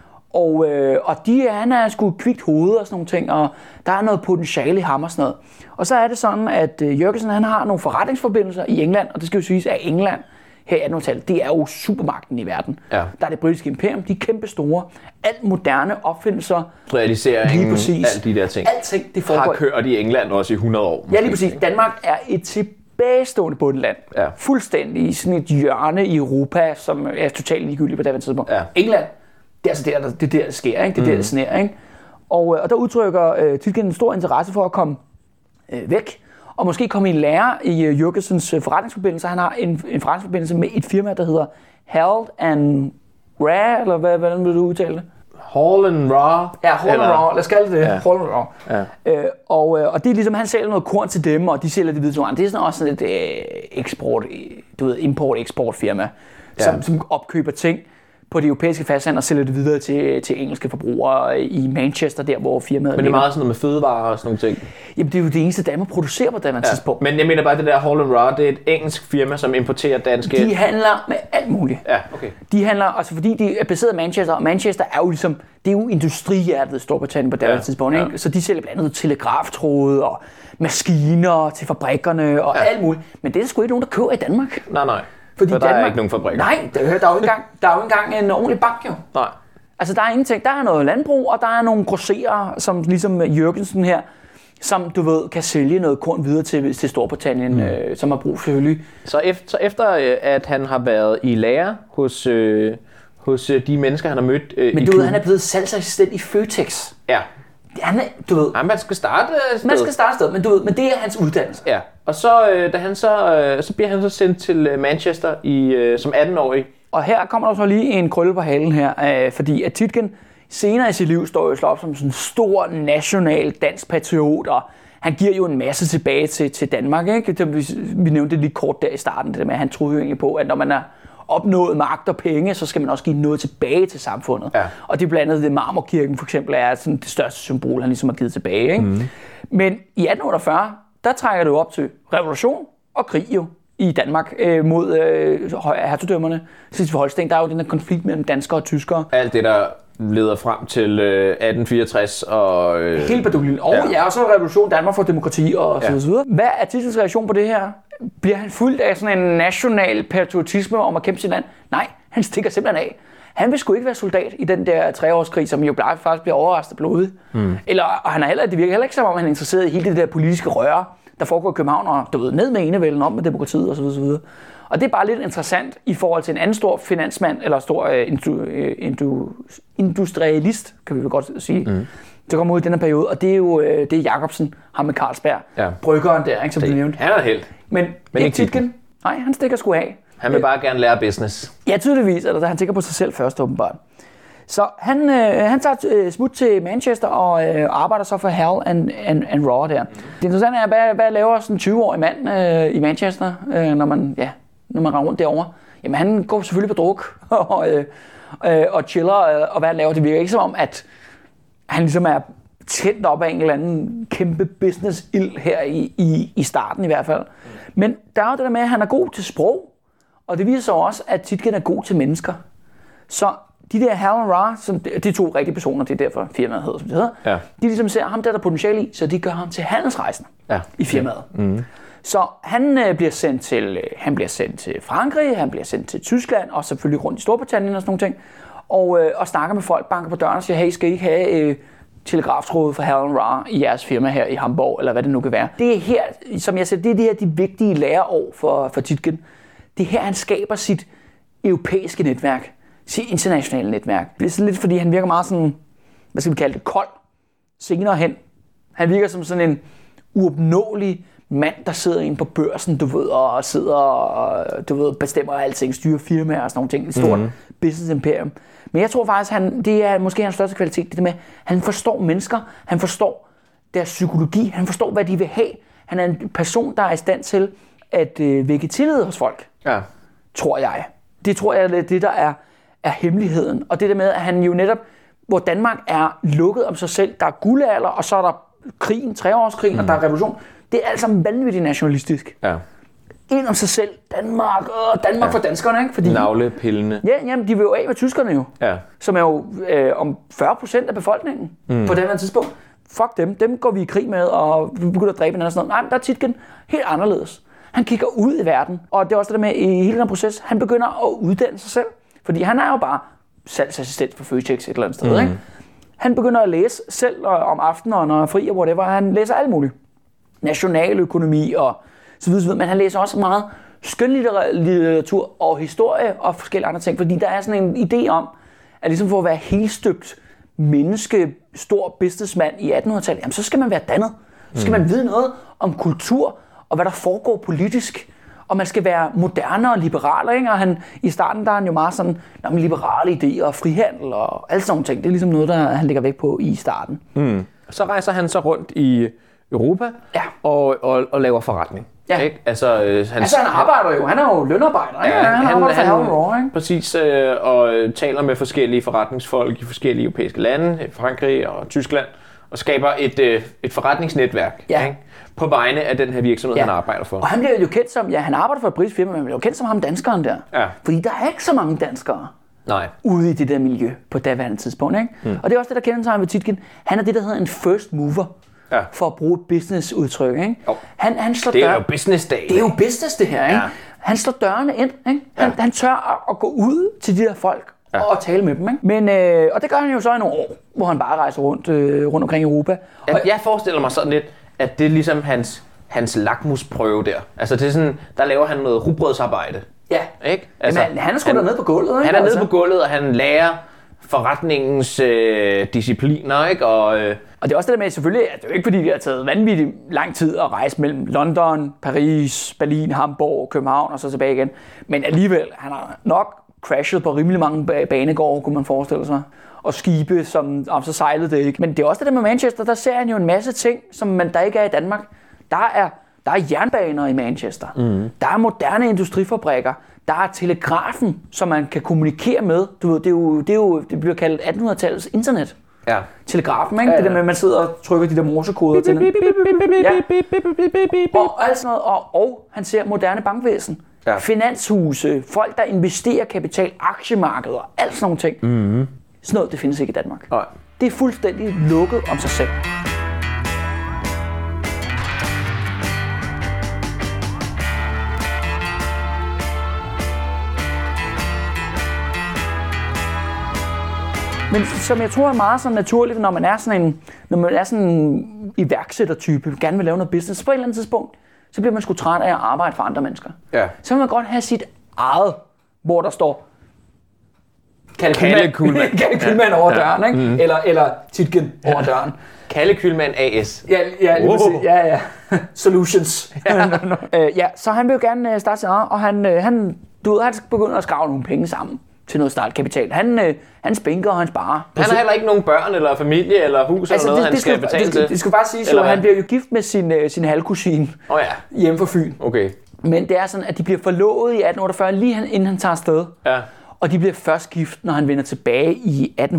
Speaker 2: Og, øh, og de, han er sgu kvikt hoved og sådan nogle ting, og der er noget potentiale i ham og sådan noget. Og så er det sådan, at øh, Jürgensen, han har nogle forretningsforbindelser i England, og det skal jo siges, at England her i attenhundredetallet, det er jo supermagten i verden. Ja. Der er det britiske imperium, de er kæmpe store. Alt moderne opfindelser.
Speaker 1: Realiseringen, alt de der ting.
Speaker 2: Alting, det foregår.
Speaker 1: Har kørt i England også i hundrede år.
Speaker 2: Ja, lige præcis. Danmark er et tilbagestående bundeland. Ja. Fuldstændig i sådan et hjørne i Europa, som er totalt ligegyldigt på det tidspunkt. Ja. England, det er altså der, det der, der sker, ikke? Det er mm. der, det sner, ikke? Og, og der udtrykker øh, Tietgen en stor interesse for at komme øh, væk, og måske komme i lære i uh, Jürgensens uh, forretningsforbindelse. Han har en, en forretningsforbindelse med et firma, der hedder Hall and Raw, eller hvad, hvordan vil du udtale det?
Speaker 1: Hall and Raw.
Speaker 2: Ja, Hall and Raw. Lad os kalde det ja. Hall and Raw. Ja. Øh, og, og det er ligesom, han sælger noget korn til dem, og de sælger det videre til andre. Det er sådan også sådan et øh, eksport, du ved, import-eksport firma, ja. som, som opkøber ting på det europæiske fastland og sælger det videre til, til engelske forbrugere i Manchester, der hvor firmaet.
Speaker 1: Men det er meget sådan noget med fødevarer og sådan nogle ting.
Speaker 2: Jamen det er jo det eneste, Danmark producerer på det ja. tidspunkt.
Speaker 1: Men jeg mener bare, det der Hall and Raw, det er et engelsk firma, som importerer danske...
Speaker 2: De handler med alt muligt.
Speaker 1: Ja, okay.
Speaker 2: De handler, altså fordi de er baseret i Manchester, og Manchester er jo ligesom, det er jo industrihjertet i Storbritannien på det ja. tidspunkt, ikke? Ja. Så de sælger blandt andet telegraftråde og maskiner til fabrikkerne og ja. alt muligt. Men det er sgu ikke nogen, der køber i Danmark.
Speaker 1: Nej, nej. Fordi for der Danmark, er ikke nogen fabrikker.
Speaker 2: Nej, der, der er jo ikke engang, der er jo ikke engang en ordentlig bank jo.
Speaker 1: Nej.
Speaker 2: Altså der er ingenting. Der er noget landbrug, og der er nogle grosserer, som ligesom Jürgensen her, som du ved, kan sælge noget korn videre til, til Storbritannien, mm. øh, som har brug selvfølgelig.
Speaker 1: Så efter, så efter at han har været i lære hos, øh, hos de mennesker, han har mødt øh,
Speaker 2: Men
Speaker 1: i
Speaker 2: du
Speaker 1: klubben.
Speaker 2: ved, han er blevet salgsassistent i Føtex.
Speaker 1: Ja.
Speaker 2: Han er, du ved,
Speaker 1: ja, man skal starte sted.
Speaker 2: Man skal starte sted, men du ved, men det er hans uddannelse.
Speaker 1: Ja. Og så øh, da han så øh, så bliver han så sendt til Manchester i øh, som atten-årig.
Speaker 2: Og her kommer der så lige en krølle på halen her, øh, fordi at Tietgen senere i sit liv står jo slået op som sådan en stor national dansk patriot, og han giver jo en masse tilbage til, til Danmark, ikke? Vi, vi nævnte det lige kort der i starten, det med, at han troede jo egentlig på, at når man er opnået magt og penge, så skal man også give noget tilbage til samfundet. Ja. Og det blandt andet det Marmorkirken for eksempel er sådan det største symbol, han ligesom har givet tilbage. Ikke? Mm. Men i atten otteogfyrre, der trækker det jo op til revolution og krig jo i Danmark øh, mod øh, hertugdømmerne. Slesvig-Holsten, der er jo den her konflikt mellem danskere og tyskere.
Speaker 1: Alt det, der leder frem til øh, atten fireogtres og... Øh,
Speaker 2: Hele baduljen. Og ja. ja, og så revolution, Danmark får demokrati og ja. så videre. Hvad er Tietgens reaktion på det her? Bliver han fuldt af sådan en national patriotisme om at kæmpe sit land? Nej, han stikker simpelthen af. Han vil sgu ikke være soldat i den der treårskrig, som jo faktisk bliver overrasket blodig. Mm. Eller og han er heller, det virker heller ikke som om, han er interesseret i hele det der politiske røre, der foregår i København, og du ved, ned med enevælden, om med demokratiet osv. osv. Og det er bare lidt interessant i forhold til en anden stor finansmand, eller stor uh, indu, uh, indu, industrialist, kan vi vel godt sige, mm. der kommer ud i den her periode, og det er jo uh, det er Jacobsen, ham med Carlsberg, ja. bryggeren der, ikke, som du nævnte.
Speaker 1: Han er helt.
Speaker 2: Men, Men ikke Tietgen. Nej, han stikker sgu af.
Speaker 1: Han vil bare gerne lære business.
Speaker 2: Ja, tydeligvis, eller han tænker på sig selv først, åbenbart. Så han, øh, han tager øh, smut til Manchester og øh, arbejder så for Hall and, and, and Raw der. Det interessante er, hvad, hvad laver sådan en tyve-årig mand øh, i Manchester, øh, når man, ja, når man render rundt derovre? Jamen han går selvfølgelig på druk og, øh, øh, og chiller, øh, og hvad laver det virker ikke som om, at han ligesom er tændt op af en eller anden kæmpe business-ild her i, i, i starten i hvert fald. Men der er jo det der med, at han er god til sprog, og det viser sig også, at Tietgen er god til mennesker. Så de der Hall and Raw, som de to rigtige personer, det er derfor firmaet hedder, som det hedder, ja. de ligesom ser ham, der er der potentiale i, så de gør ham til handelsrejsende ja. i firmaet. Mm. Så han øh, bliver sendt til, øh, han bliver sendt til Frankrig, han bliver sendt til Tyskland, og selvfølgelig rundt i Storbritannien og sådan nogle ting, og, øh, og snakker med folk, banker på døren og siger, hey, skal I ikke have øh, telegraftrådet for Hall and Raw i jeres firma her i Hamburg, eller hvad det nu kan være. Det er her, som jeg siger, det er det her, de vigtige læreår for, for Tietgen. Det er her, han skaber sit europæiske netværk, sit internationale netværk. Det er sådan lidt, fordi han virker meget sådan, hvad skal vi kalde det, kold, senere hen. Han virker som sådan en uopnåelig mand, der sidder inde på børsen, du ved, og sidder og, du ved, bestemmer alting, styrer firmaer og sådan nogle ting. Et stort mm-hmm. business imperium. Men jeg tror faktisk, han, det er måske hans største kvalitet, det der med, han forstår mennesker, han forstår deres psykologi, han forstår, hvad de vil have. Han er en person, der er i stand til at øh, vække tillid hos folk, ja. tror jeg. Det tror jeg er det, der er, er hemmeligheden. Og det der med, at han jo netop, hvor Danmark er lukket om sig selv, der er guldalder, og så er der krigen, treårskrigen, mm. og der er revolution. Det er alt sammen vanvittigt nationalistisk. Ja. ind om sig selv. Danmark, øh, Danmark ja. for danskerne, ikke? Fordi,
Speaker 1: navlepillende.
Speaker 2: Ja, jamen, de vil jo af med tyskerne jo.
Speaker 1: Ja.
Speaker 2: Som er jo øh, om fyrre procent af befolkningen mm. på det her tidspunkt. Fuck dem, dem går vi i krig med, og vi begynder at dræbe hinanden og sådan noget. Nej, men der er Tietgen helt anderledes. Han kigger ud i verden, og det er også det der med i hele den proces, han begynder at uddanne sig selv. Fordi han er jo bare salgsassistent for Føtex et eller andet sted, mm. ikke? Han begynder at læse selv om aftenen, og når han er fri og whatever. Han læser alt muligt. Nationaløkonomi og så videre, så videre. Men han læser også meget skønlitteratur og historie og forskellige andre ting. Fordi der er sådan en idé om, at ligesom for at være helstøbt menneske, stor businessmand i attenhundredetallet, jamen så skal man være dannet. Så skal mm. man vide noget om kultur og hvad der foregår politisk. Og man skal være moderne og liberal, ikke? Og han, i starten der er han jo meget sådan, der er liberale idéer og frihandel og alle sådan nogle ting. Det er ligesom noget, der han lægger vægt på i starten.
Speaker 1: Mm. Så rejser han så rundt i Europa ja. og, og, og laver forretning.
Speaker 2: Ja.
Speaker 1: Ikke? Altså, øh, hans,
Speaker 2: altså han arbejder jo, han er jo lønarbejder.
Speaker 1: Ja,
Speaker 2: ja, han,
Speaker 1: han
Speaker 2: arbejder for
Speaker 1: han,
Speaker 2: Raw, ikke?
Speaker 1: Præcis, øh, og taler med forskellige forretningsfolk i forskellige europæiske lande, Frankrig og Tyskland, og skaber et, øh, et forretningsnetværk.
Speaker 2: Ja.
Speaker 1: Ikke? På vegne af den her virksomhed, ja. han arbejder for.
Speaker 2: Og han bliver jo kendt som, ja, han arbejder for et britisk firma, men han bliver jo kendt som ham danskeren der.
Speaker 1: Ja.
Speaker 2: Fordi der er ikke så mange danskere
Speaker 1: Nej.
Speaker 2: ude i det der miljø på daværende tidspunkt, ikke? Mm. Og det er også det, der kendetegner ved Tietgen. Han er det, der hedder en first mover. Ja. For at bruge et business-udtryk, ikke?
Speaker 1: Han, han slår det er dør... jo business-dag.
Speaker 2: Det er jo business, det her, ikke? Ja. Han slår dørene ind, ikke? Han, ja. han tør at gå ud til de der folk ja. og tale med dem, ikke? Men, øh, og det gør han jo så i nogle år, hvor han bare rejser rundt, øh, rundt omkring i Europa.
Speaker 1: Jeg, jeg forestiller mig sådan lidt, at det er ligesom hans, hans lakmusprøve der. Altså det er sådan, der laver han noget rugbrødsarbejde.
Speaker 2: Ja.
Speaker 1: Ikke? Altså,
Speaker 2: Jamen, han er sgu dernede på gulvet, ikke?
Speaker 1: Han er
Speaker 2: altså.
Speaker 1: nede på gulvet, og han lærer forretningens øh, discipliner, ikke? Og, øh,
Speaker 2: og det er også det der med, selvfølgelig, at det er jo ikke fordi, det har taget vanvittigt lang tid at rejse mellem London, Paris, Berlin, Hamburg, København og så tilbage igen. Men alligevel, han har nok crashet på rimelig mange banegårde, kunne man forestille sig. Og skibe, som om så sejlede det ikke. Men det er også det der med Manchester, der ser han jo en masse ting, som man der ikke er i Danmark. Der er, der er jernbaner i Manchester. Mm. Der er moderne industrifabrikker. Der er telegrafen, som man kan kommunikere med. Du ved, det, er jo, det, er jo, det bliver kaldt attenhundredetallets internet.
Speaker 1: Ja.
Speaker 2: Telegrafen, ikke? Ja, ja. Det der med, at man sidder og trykker de der morsekoder til den. Ja. Og alt sådan noget. Og, og han ser moderne bankvæsen. Ja. Finanshuse, folk, der investerer kapital, aktiemarkeder og alt sådan nogle ting. Mm. Sådan noget, det findes ikke i Danmark.
Speaker 1: Nej.
Speaker 2: Det er fuldstændig lukket om sig selv. Men som jeg tror er meget så naturligt, når man er sådan en, når man er sådan en iværksættertype, gerne vil lave noget business, så på et eller andet tidspunkt, så bliver man sgu træt af at arbejde for andre mennesker.
Speaker 1: Ja.
Speaker 2: Så vil man godt have sit eget, hvor der står
Speaker 1: Kalle Kuhlmann
Speaker 2: Kalle Kuhlmann over ja. døren, ikke? Mm. Eller, eller Tietgen ja. over døren.
Speaker 1: Kalle Kuhlmann A S.
Speaker 2: Ja, ja, lige oh. ja, ja. Solutions. Ja. øh, ja, så han vil jo gerne starte sig og han, han, du ved, han begynder at skrave nogle penge sammen til noget startkapital. Han, øh, han spænker og han sparer.
Speaker 1: Han har heller ikke nogen børn eller familie eller hus altså, eller noget, det, det han skal, skal betale
Speaker 2: det,
Speaker 1: til.
Speaker 2: Det, det skal bare sige, at han bliver jo gift med sin, øh, sin halvkusine
Speaker 1: oh, ja.
Speaker 2: hjemme fra Fyn.
Speaker 1: Okay.
Speaker 2: Men det er sådan, at de bliver forlovet i atten otteogfyrre, lige inden han tager afsted.
Speaker 1: Ja.
Speaker 2: Og de bliver først gift, når han vender tilbage i atten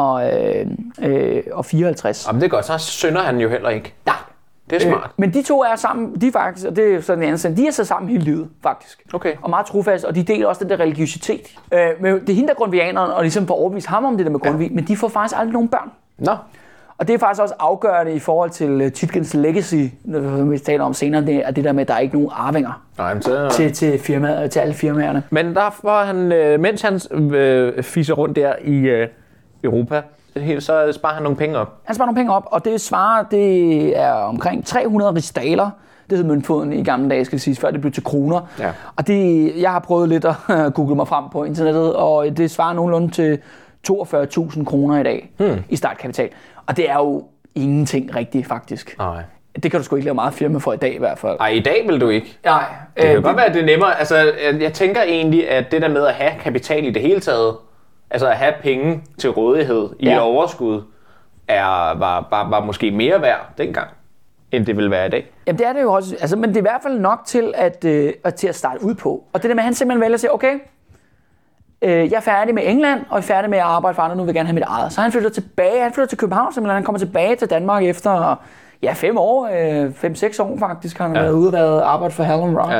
Speaker 2: fireoghalvtreds.
Speaker 1: Jamen det er godt, så synder han jo heller ikke.
Speaker 2: Nej.
Speaker 1: Det er smart.
Speaker 2: Øh, men de to er sammen, de er faktisk, og det er sådan en anden side, de er så sammen hele livet, faktisk.
Speaker 1: Okay.
Speaker 2: Og meget trofast, og de deler også den der religiøsitet. Øh, men det er hende, der er grundvianeren, og ligesom får overbevist ham om det der med Grundtvig, ja. Men de får faktisk aldrig nogen børn.
Speaker 1: Nå.
Speaker 2: Og det er faktisk også afgørende i forhold til Tietgens legacy, når vi taler om senere, det er det der med, at der er ikke nogen arvinger
Speaker 1: Nej, så...
Speaker 2: til, til, firma, til alle firmaerne.
Speaker 1: Men der var han, mens han øh, fiser rundt der i øh, Europa, så sparer han nogle penge op.
Speaker 2: Han sparer nogle penge op, og det svarer, det er omkring tre hundrede rigsdaler. Det hed møntfoden i gamle dage, skal det siges, før det blev til kroner.
Speaker 1: Ja. Og
Speaker 2: det, jeg har prøvet lidt at google mig frem på internettet, og det svarer nogenlunde til toogfyrre tusind kroner i dag hmm. i startkapital. Og det er jo ingenting rigtigt, faktisk.
Speaker 1: Nej.
Speaker 2: Det kan du sgu ikke lave meget firma for i dag i hvert fald.
Speaker 1: Nej, i dag vil du ikke.
Speaker 2: Nej.
Speaker 1: Det kan øh, godt være, at det er nemmere. Altså, jeg tænker egentlig, at det der med at have kapital i det hele taget, altså at have penge til rådighed i ja. overskud, er, var, var, var måske mere værd dengang, end det vil være i dag.
Speaker 2: Jamen det er det jo også, altså, men det er i hvert fald nok til at, øh, til at starte ud på. Og det der med, at han simpelthen vælger at sige, okay, øh, jeg er færdig med England, og jeg er færdig med at arbejde for andre, nu vil jeg gerne have mit eget. Så han flytter tilbage, han flytter til København simpelthen, han kommer tilbage til Danmark efter ja, fem år, øh, fem, seks år faktisk, han har ja. været ude og været arbejde for Hallam Rock. Ja.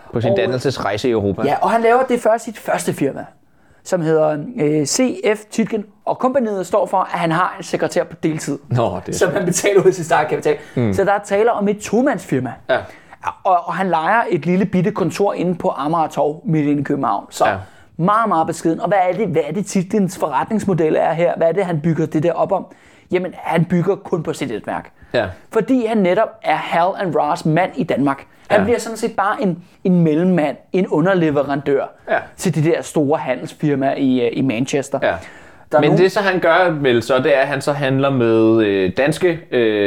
Speaker 1: På sin dannelsesrejse i Europa.
Speaker 2: Ja, og han laver det først sit første firma, som hedder øh, C F Tietgen, og kompagniet står for, at han har en sekretær på deltid,
Speaker 1: Nå, det
Speaker 2: som han betaler ud til startkapital. Mm. Så der er tale om et tomandsfirma.
Speaker 1: Ja.
Speaker 2: Og, og han lejer et lille bitte kontor inde på Amager Torv midt inde i København. Så ja. meget, meget beskeden. Og hvad er det, hvad er det Tietgens forretningsmodel er her? Hvad er det, han bygger det der op om? Jamen, han bygger kun på sit netværk. Ja. Fordi han netop er Hal and Ross mand i Danmark. Han ja. bliver sådan set bare en, en mellemmand, en underleverandør ja. til de der store handelsfirmaer i, i Manchester. Ja. Men nogen... det så han gør vel så, det er at han så handler med øh, danske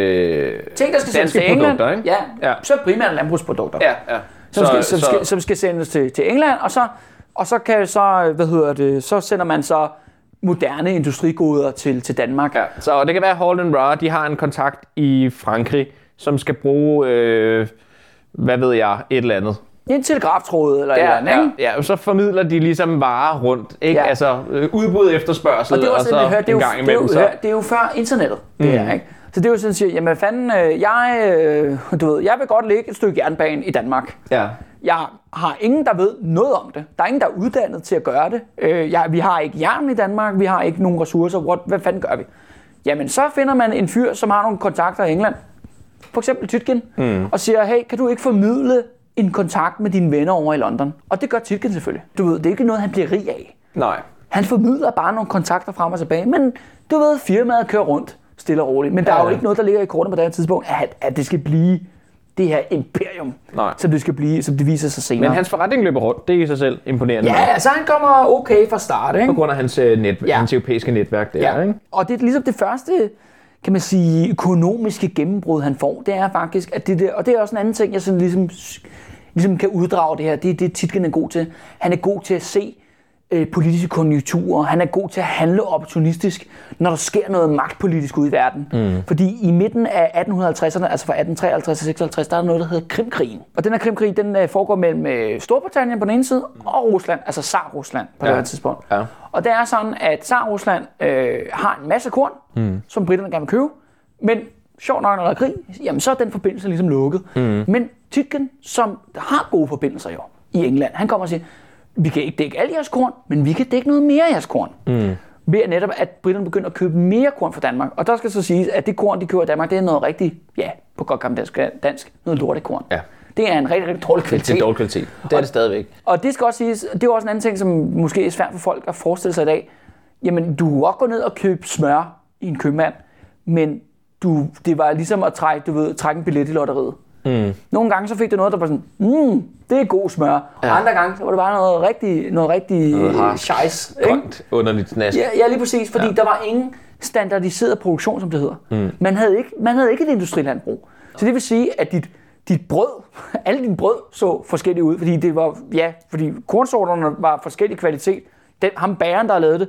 Speaker 2: øh, ting, der skal sendes til England. Ikke? Ja. ja, så primært landbrugsprodukter. Ja, ja. Som, så, skal, som, så... skal, som skal sendes til, til England, og så og så kan så hvad hedder det, så sender man så moderne industrigoder til til Danmark.
Speaker 1: Ja. Så det kan være Hall and Raw, de har en kontakt i Frankrig, som skal bruge øh, hvad ved jeg, et eller andet.
Speaker 2: En telegraftråd eller
Speaker 1: ja,
Speaker 2: et eller andet, ikke?
Speaker 1: Ja, ja, så formidler de ligesom varer rundt, ikke? Ja. Altså øh, udbud efterspørgsel, og, det og så det, en
Speaker 2: det
Speaker 1: gang imellem.
Speaker 2: Det er, jo, det er jo før internettet, det mm. her, ikke? Så det er jo sådan, at sige, jamen fanden, jeg, du ved, jeg vil godt lægge et stykke jernbane i Danmark. Ja. Jeg har ingen, der ved noget om det. Der er ingen, der er uddannet til at gøre det. Øh, jeg, vi har ikke jern i Danmark, vi har ikke nogen ressourcer. What, hvad fanden gør vi? Jamen, så finder man en fyr, som har nogle kontakter i England. For eksempel Tietgen. Mm. Og siger, hey, kan du ikke formidle en kontakt med dine venner over i London? Og det gør Tietgen selvfølgelig. Du ved, det er ikke noget, han bliver rig af.
Speaker 1: Nej.
Speaker 2: Han formidler bare nogle kontakter frem og tilbage. Men du ved, firmaet kører rundt stille og roligt. Men der ja, er jo ja. ikke noget, der ligger i kortet på det her tidspunkt, at, at det skal blive det her imperium, Nej. som det skal blive, som det viser sig senere.
Speaker 1: Men hans forretning løber rundt, det er i sig selv imponerende.
Speaker 2: Ja, altså han kommer okay fra start, ikke?
Speaker 1: På grund af hans, net, ja. hans europæiske netværk der, ja. ikke?
Speaker 2: Og det er ligesom det første, kan man sige, økonomiske gennembrud, han får. Det er faktisk, at det der, og det er også en anden ting, jeg sådan ligesom, ligesom kan uddrage det her, det er det, Tietgen er god til. Han er god til at se øh, politiske konjunkturer. Han er god til at handle opportunistisk, når der sker noget magtpolitisk ude i verden. Mm. Fordi i midten af atten halvtredserne, altså fra atten treoghalvtreds til seksoghalvtreds, der er der noget, der hedder Krimkrigen. Og den her Krimkrig, den øh, foregår mellem øh, Storbritannien på den ene side, og Rusland, altså Tsar-Rusland på ja. det her tidspunkt. Ja. Og det er sådan, at Tsar-Rusland øh, har en masse korn, mm. som briterne gerne vil købe, men sjovt nok, når der er krig, jamen så er den forbindelse ligesom lukket. Mm. Men Tietgen, som har gode forbindelser jo i England, han kommer og siger, vi kan ikke dække alle jeres korn, men vi kan dække noget mere af jeres korn. Mm. Ved netop, at briterne begynder at købe mere korn fra Danmark. Og der skal så siges, at det korn, de køber i Danmark, det er noget rigtig, ja, på godt gammel dansk, dansk noget lortekorn. Ja. Det er en rigtig, rigtig dårlig kvalitet.
Speaker 1: Det er dårlig kvalitet. Det er
Speaker 2: og,
Speaker 1: det stadigvæk.
Speaker 2: Og det skal også siges, det er også en anden ting, som måske er svært for folk at forestille sig i dag. Jamen, du kunne også gå ned og købe smør i en købmand, men du, det var ligesom at trække, du ved, trække en billet i lotteriet. Mm. Nogle gange så fik du noget, der var sådan, mm, det er god smør. Ja. Og andre gange så var det bare noget rigtig, noget rigtig scheis.
Speaker 1: Grønt, underligt snask.
Speaker 2: Ja, ja, lige præcis, fordi ja. der var ingen standardiseret produktion, som det hedder. Mm. Man havde ikke, man havde ikke et industrilandbrug. Så det vil sige, at dit, dit brød, alle dine brød så forskellige ud, fordi det var, ja, fordi kornsorterne var forskellig kvalitet. Den, ham bageren, der lavede det,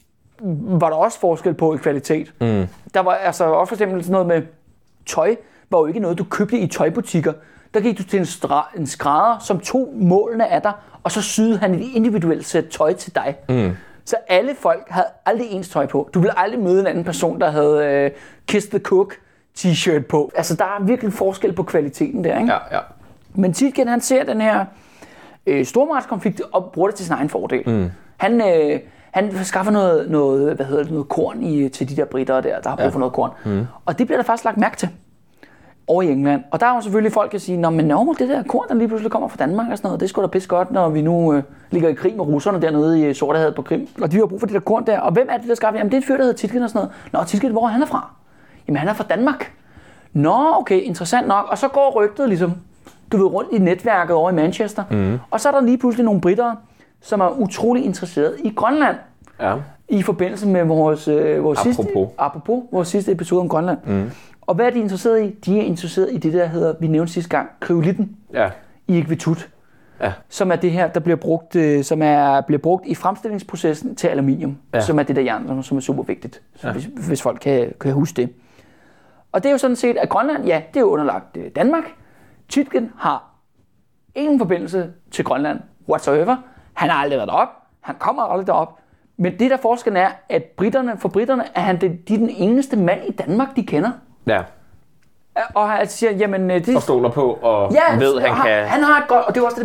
Speaker 2: var der også forskel på i kvalitet. Mm. Der var altså også for eksempel sådan noget med tøj, var jo ikke noget, du købte i tøjbutikker. Der gik du til en, stra- en skrædder, som tog målene af dig, og så syede han et individuelt sæt tøj til dig. Mm. Så alle folk havde aldrig ens tøj på. Du ville aldrig møde en anden person, der havde uh, Kiss the Cook t-shirt på. Altså, der er virkelig forskel på kvaliteten der, ikke?
Speaker 1: Ja, ja.
Speaker 2: Men Tietgen, han ser den her øh, stormagtskonflikt og bruger det til sin egen fordel. Mm. Han... Øh, Han skaffer noget, noget, hvad hedder det, noget korn i, til de der britter der, der har brug for ja. noget korn. Mm. Og det bliver der faktisk lagt mærke til over i England. Og der er jo selvfølgelig folk, der siger, nå, men nå, det der korn, der lige pludselig kommer fra Danmark og sådan noget, det er sgu da pisse godt, når vi nu øh, ligger i krig med russerne dernede i Sortehavet på Krim. Og de har brug for det der korn der. Og hvem er det, der skaffer? Jamen, det er et fyr, der hedder Tietgen og sådan noget. Nå, Tietgen, hvor er han er fra? Jamen, han er fra Danmark. Nå, okay, interessant nok. Og så går rygtet ligesom, du ved, rundt i netværket over i Manchester. Mm. Og så er der lige pludselig nogle britter, som er utrolig interesseret i Grønland. Ja. I forbindelse med vores, øh, vores
Speaker 1: apropos.
Speaker 2: sidste apropos vores sidste episode om Grønland. Mm. Og hvad er de interesseret i? De er interesseret i det der hedder, vi nævnte sidste gang, kryolitten ja. i Iqaluit. Ja. Som er det her, der bliver brugt, øh, som er bliver brugt i fremstillingsprocessen til aluminium, ja. som er det der jern, som er super vigtigt, ja. hvis, hvis folk kan, kan huske det. Og det er jo sådan set, at Grønland, ja, det er jo underlagt øh, Danmark. Tietgen har ingen forbindelse til Grønland whatsoever. Han har aldrig været derop. Han kommer aldrig derop. Men det der forskellen er, at britterne, for britterne er han det, de er den eneste mand i Danmark, de kender.
Speaker 1: Ja.
Speaker 2: Og han siger, jamen... Det,
Speaker 1: og stoler på, og ja, ved, han
Speaker 2: har,
Speaker 1: kan...
Speaker 2: Han har et godt... Og det er også det med...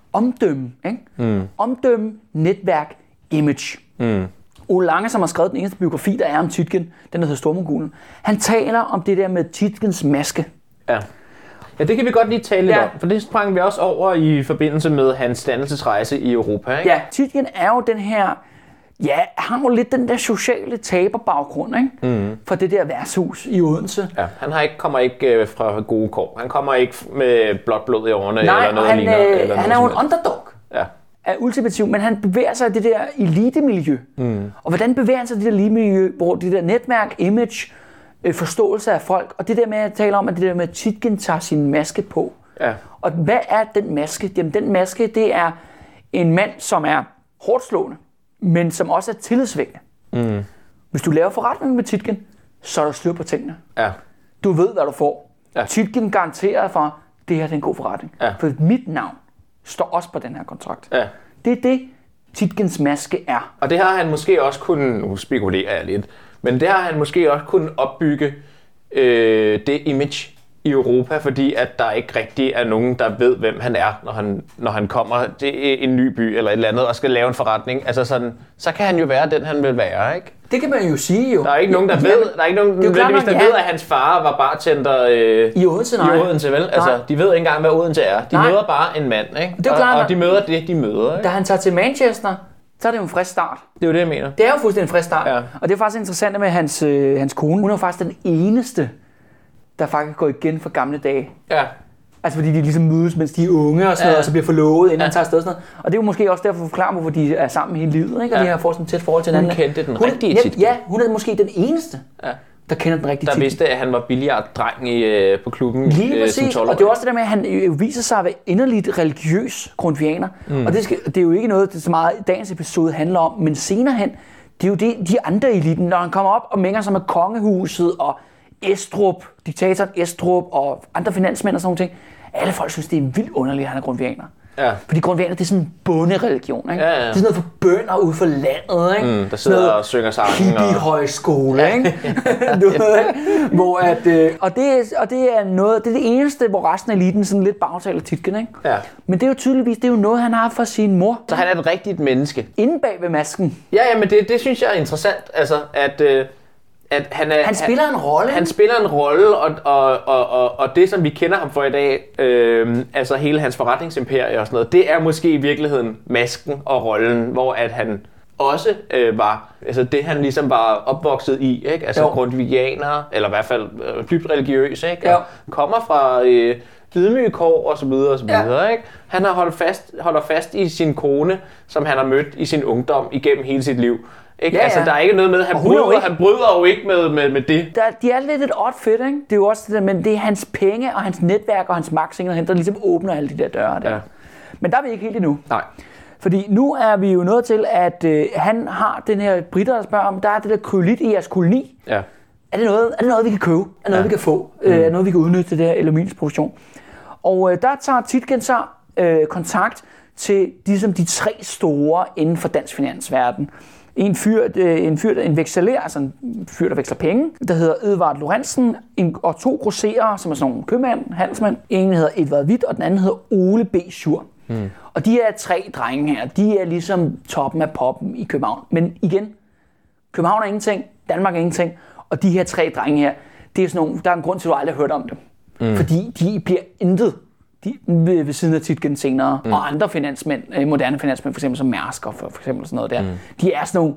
Speaker 2: omdømme, ikke? Mm. Omdømme, netværk, image. Mm. Ole Lange, som har skrevet den eneste biografi, der er om Tietgen, den der hedder Stormogulen, han taler om det der med Tietgens maske.
Speaker 1: Ja. Ja, det kan vi godt lige tale lidt ja. om, for det sprang vi også over i forbindelse med hans dannelsesrejse i Europa, ikke?
Speaker 2: Ja, Tietgen er jo den her, ja, har jo lidt den der sociale taberbaggrund, ikke? Mm. For det der værtshus i Odense.
Speaker 1: Ja, han har ikke, kommer ikke fra gode kår. Han kommer ikke med blåt blod i årene
Speaker 2: Nej,
Speaker 1: eller noget
Speaker 2: han,
Speaker 1: ligner.
Speaker 2: Nej,
Speaker 1: eller
Speaker 2: han er jo en underdog.
Speaker 1: Ja.
Speaker 2: Er ultimativ, men han bevæger sig i det der elitemiljø. Mm. Og hvordan bevæger han sig i det der elitemiljø, hvor det der netværk, image, øh, forståelse af folk, og det der med at tale om, at det der med, at Tietgen tager sin maske på. Ja. Og hvad er den maske? Jamen den maske, det er en mand, som er hårdt slående, men som også er tillidsvækkende. Mm. Hvis du laver forretning med Tietgen, så er der styr på tingene. Ja. Du ved, hvad du får. Ja. Tietgen garanterer for, det her er en god forretning. Ja. For mit navn står også på den her kontrakt. Ja. Det er det, Tietgens maske er.
Speaker 1: Og det har han måske også kunnet, nu spekulerer jeg lidt, men det har han måske også kunnet opbygge øh, det image i Europa, fordi at der ikke rigtig er nogen, der ved, hvem han er, når han, når han kommer til en ny by eller et eller andet og skal lave en forretning. Altså sådan, så kan han jo være den, han vil være, ikke?
Speaker 2: Det kan man jo sige jo.
Speaker 1: Der er ikke nogen, der ja, ved, der er ikke nogen, nødvendigvis, der ja. ved, at hans far var bartender øh,
Speaker 2: i Odense, nej.
Speaker 1: I Odense, vel? Altså, de ved ikke engang, hvad Odense er. De nej. møder bare en mand, ikke? Det er klart, og, og de møder det, de møder, ikke?
Speaker 2: Da han tager til Manchester, så er det jo en frisk start.
Speaker 1: Det er jo det, jeg mener.
Speaker 2: Det er jo fuldstændig en frisk start. Ja. Og det er faktisk interessant med hans, øh, hans kone. Hun er faktisk den eneste, der faktisk går igen for gamle dage. Ja. Altså fordi de ligesom mødes, mens de er unge og sådan ja. noget, og så bliver forlovet, inden ja. han tager afsted og sådan noget. Og det er jo måske også derfor at forklare, hvorfor de er sammen hele livet, ikke? Og ja. de har fået sådan et tæt forhold til hinanden.
Speaker 1: Hun kendte den
Speaker 2: hun,
Speaker 1: rigtige Tietgen.
Speaker 2: Ja, hun er måske den eneste, ja. der kender den rigtige
Speaker 1: Tietgen. Der vidste, at han var billiarddreng i, øh, på klubben
Speaker 2: lige
Speaker 1: øh, som tolv-årig.
Speaker 2: Og det er også det der med, at han øh, viser sig at være inderligt religiøs grundvianer. Mm. Og det, skal, det er jo ikke noget, det så meget dagens episode handler om, men senere hen, det er jo det, de andre eliten, når han kommer op og mænger sig med kongehuset og Estrup, diktatoren Estrup og andre finansmænd og sådan noget. Alle folk synes, det er vildt underligt, at han er grundvianer. Ja. Fordi grundvianer, det er sådan en bondereligion, ikke? Ja, ja. Det er sådan noget for bønder ude for landet, ikke?
Speaker 1: Mm, der sidder noget og synger sangen.
Speaker 2: Hippie-højskole, ja. ikke? Du ved, ikke? Hvor at, øh, og, det, og det er noget, det er det eneste, hvor resten af eliten sådan lidt bagtaler Tietgen, ikke? Ja. Men det er jo tydeligvis, det er jo noget, han har fra sin mor.
Speaker 1: Så han er et rigtigt menneske.
Speaker 2: Inde bag ved masken.
Speaker 1: Ja, ja, men det, det synes jeg er interessant, altså at... Øh, At han, er,
Speaker 2: han spiller
Speaker 1: han,
Speaker 2: en rolle.
Speaker 1: Han spiller en rolle, og, og, og, og, og det, som vi kender ham for i dag, øh, altså hele hans forretningsimperie og sådan noget, det er måske i virkeligheden masken og rollen, hvor at han også øh, var, altså det han ligesom var opvokset i, ikke? Altså grundvianer, eller i hvert fald øh, dybt religiøs, ikke? Og kommer fra øh, ydmyge kår og så videre og så videre, ja. ikke? Han har holdt fast, holder fast i sin kone, som han har mødt i sin ungdom igennem hele sit liv. Ikke? Ja, ja. Altså, der er ikke noget med, han bryder, ikke... han bryder jo ikke med, med, med det.
Speaker 2: Der, de er lidt et odd fit, ikke? Det er jo også det der, men det er hans penge og hans netværk og hans magt, der ligesom åbner alle de der døre der. Ja. Men der er vi ikke helt endnu.
Speaker 1: Nej.
Speaker 2: Fordi nu er vi jo nået til, at øh, han har den her britter, der spørger om, der er det der kryolit i jeres koloni. Ja. Er det noget, er det noget vi kan købe? Er det noget, ja. vi kan få? Mm. Øh, er det noget, vi kan udnytte, det der aluminiumsproduktion? Og øh, der tager Tietgen så øh, kontakt til ligesom de tre store inden for dansk finansverden. En fyr, en fyr, en vekselerer, altså en fyr, der veksler penge, der hedder Edvard Lorentzen, og to grosserer, som er sådan nogle købmænd, handelsmænd. En hedder Edvard Witt, og den anden hedder Ole B. Schur. Mm. Og de her tre drenge her, de er ligesom toppen af poppen i København. Men igen, København er ingenting, Danmark er ingenting, og de her tre drenge her, det er sådan nogle, der er en grund til, at du aldrig har hørt om dem. Mm. Fordi de bliver intet de, ved, ved siden af Tietgen senere, mm. og andre finansmænd, moderne finansmænd, for eksempel som Mærsk og for, for eksempel sådan noget der, mm. de er sådan nogle,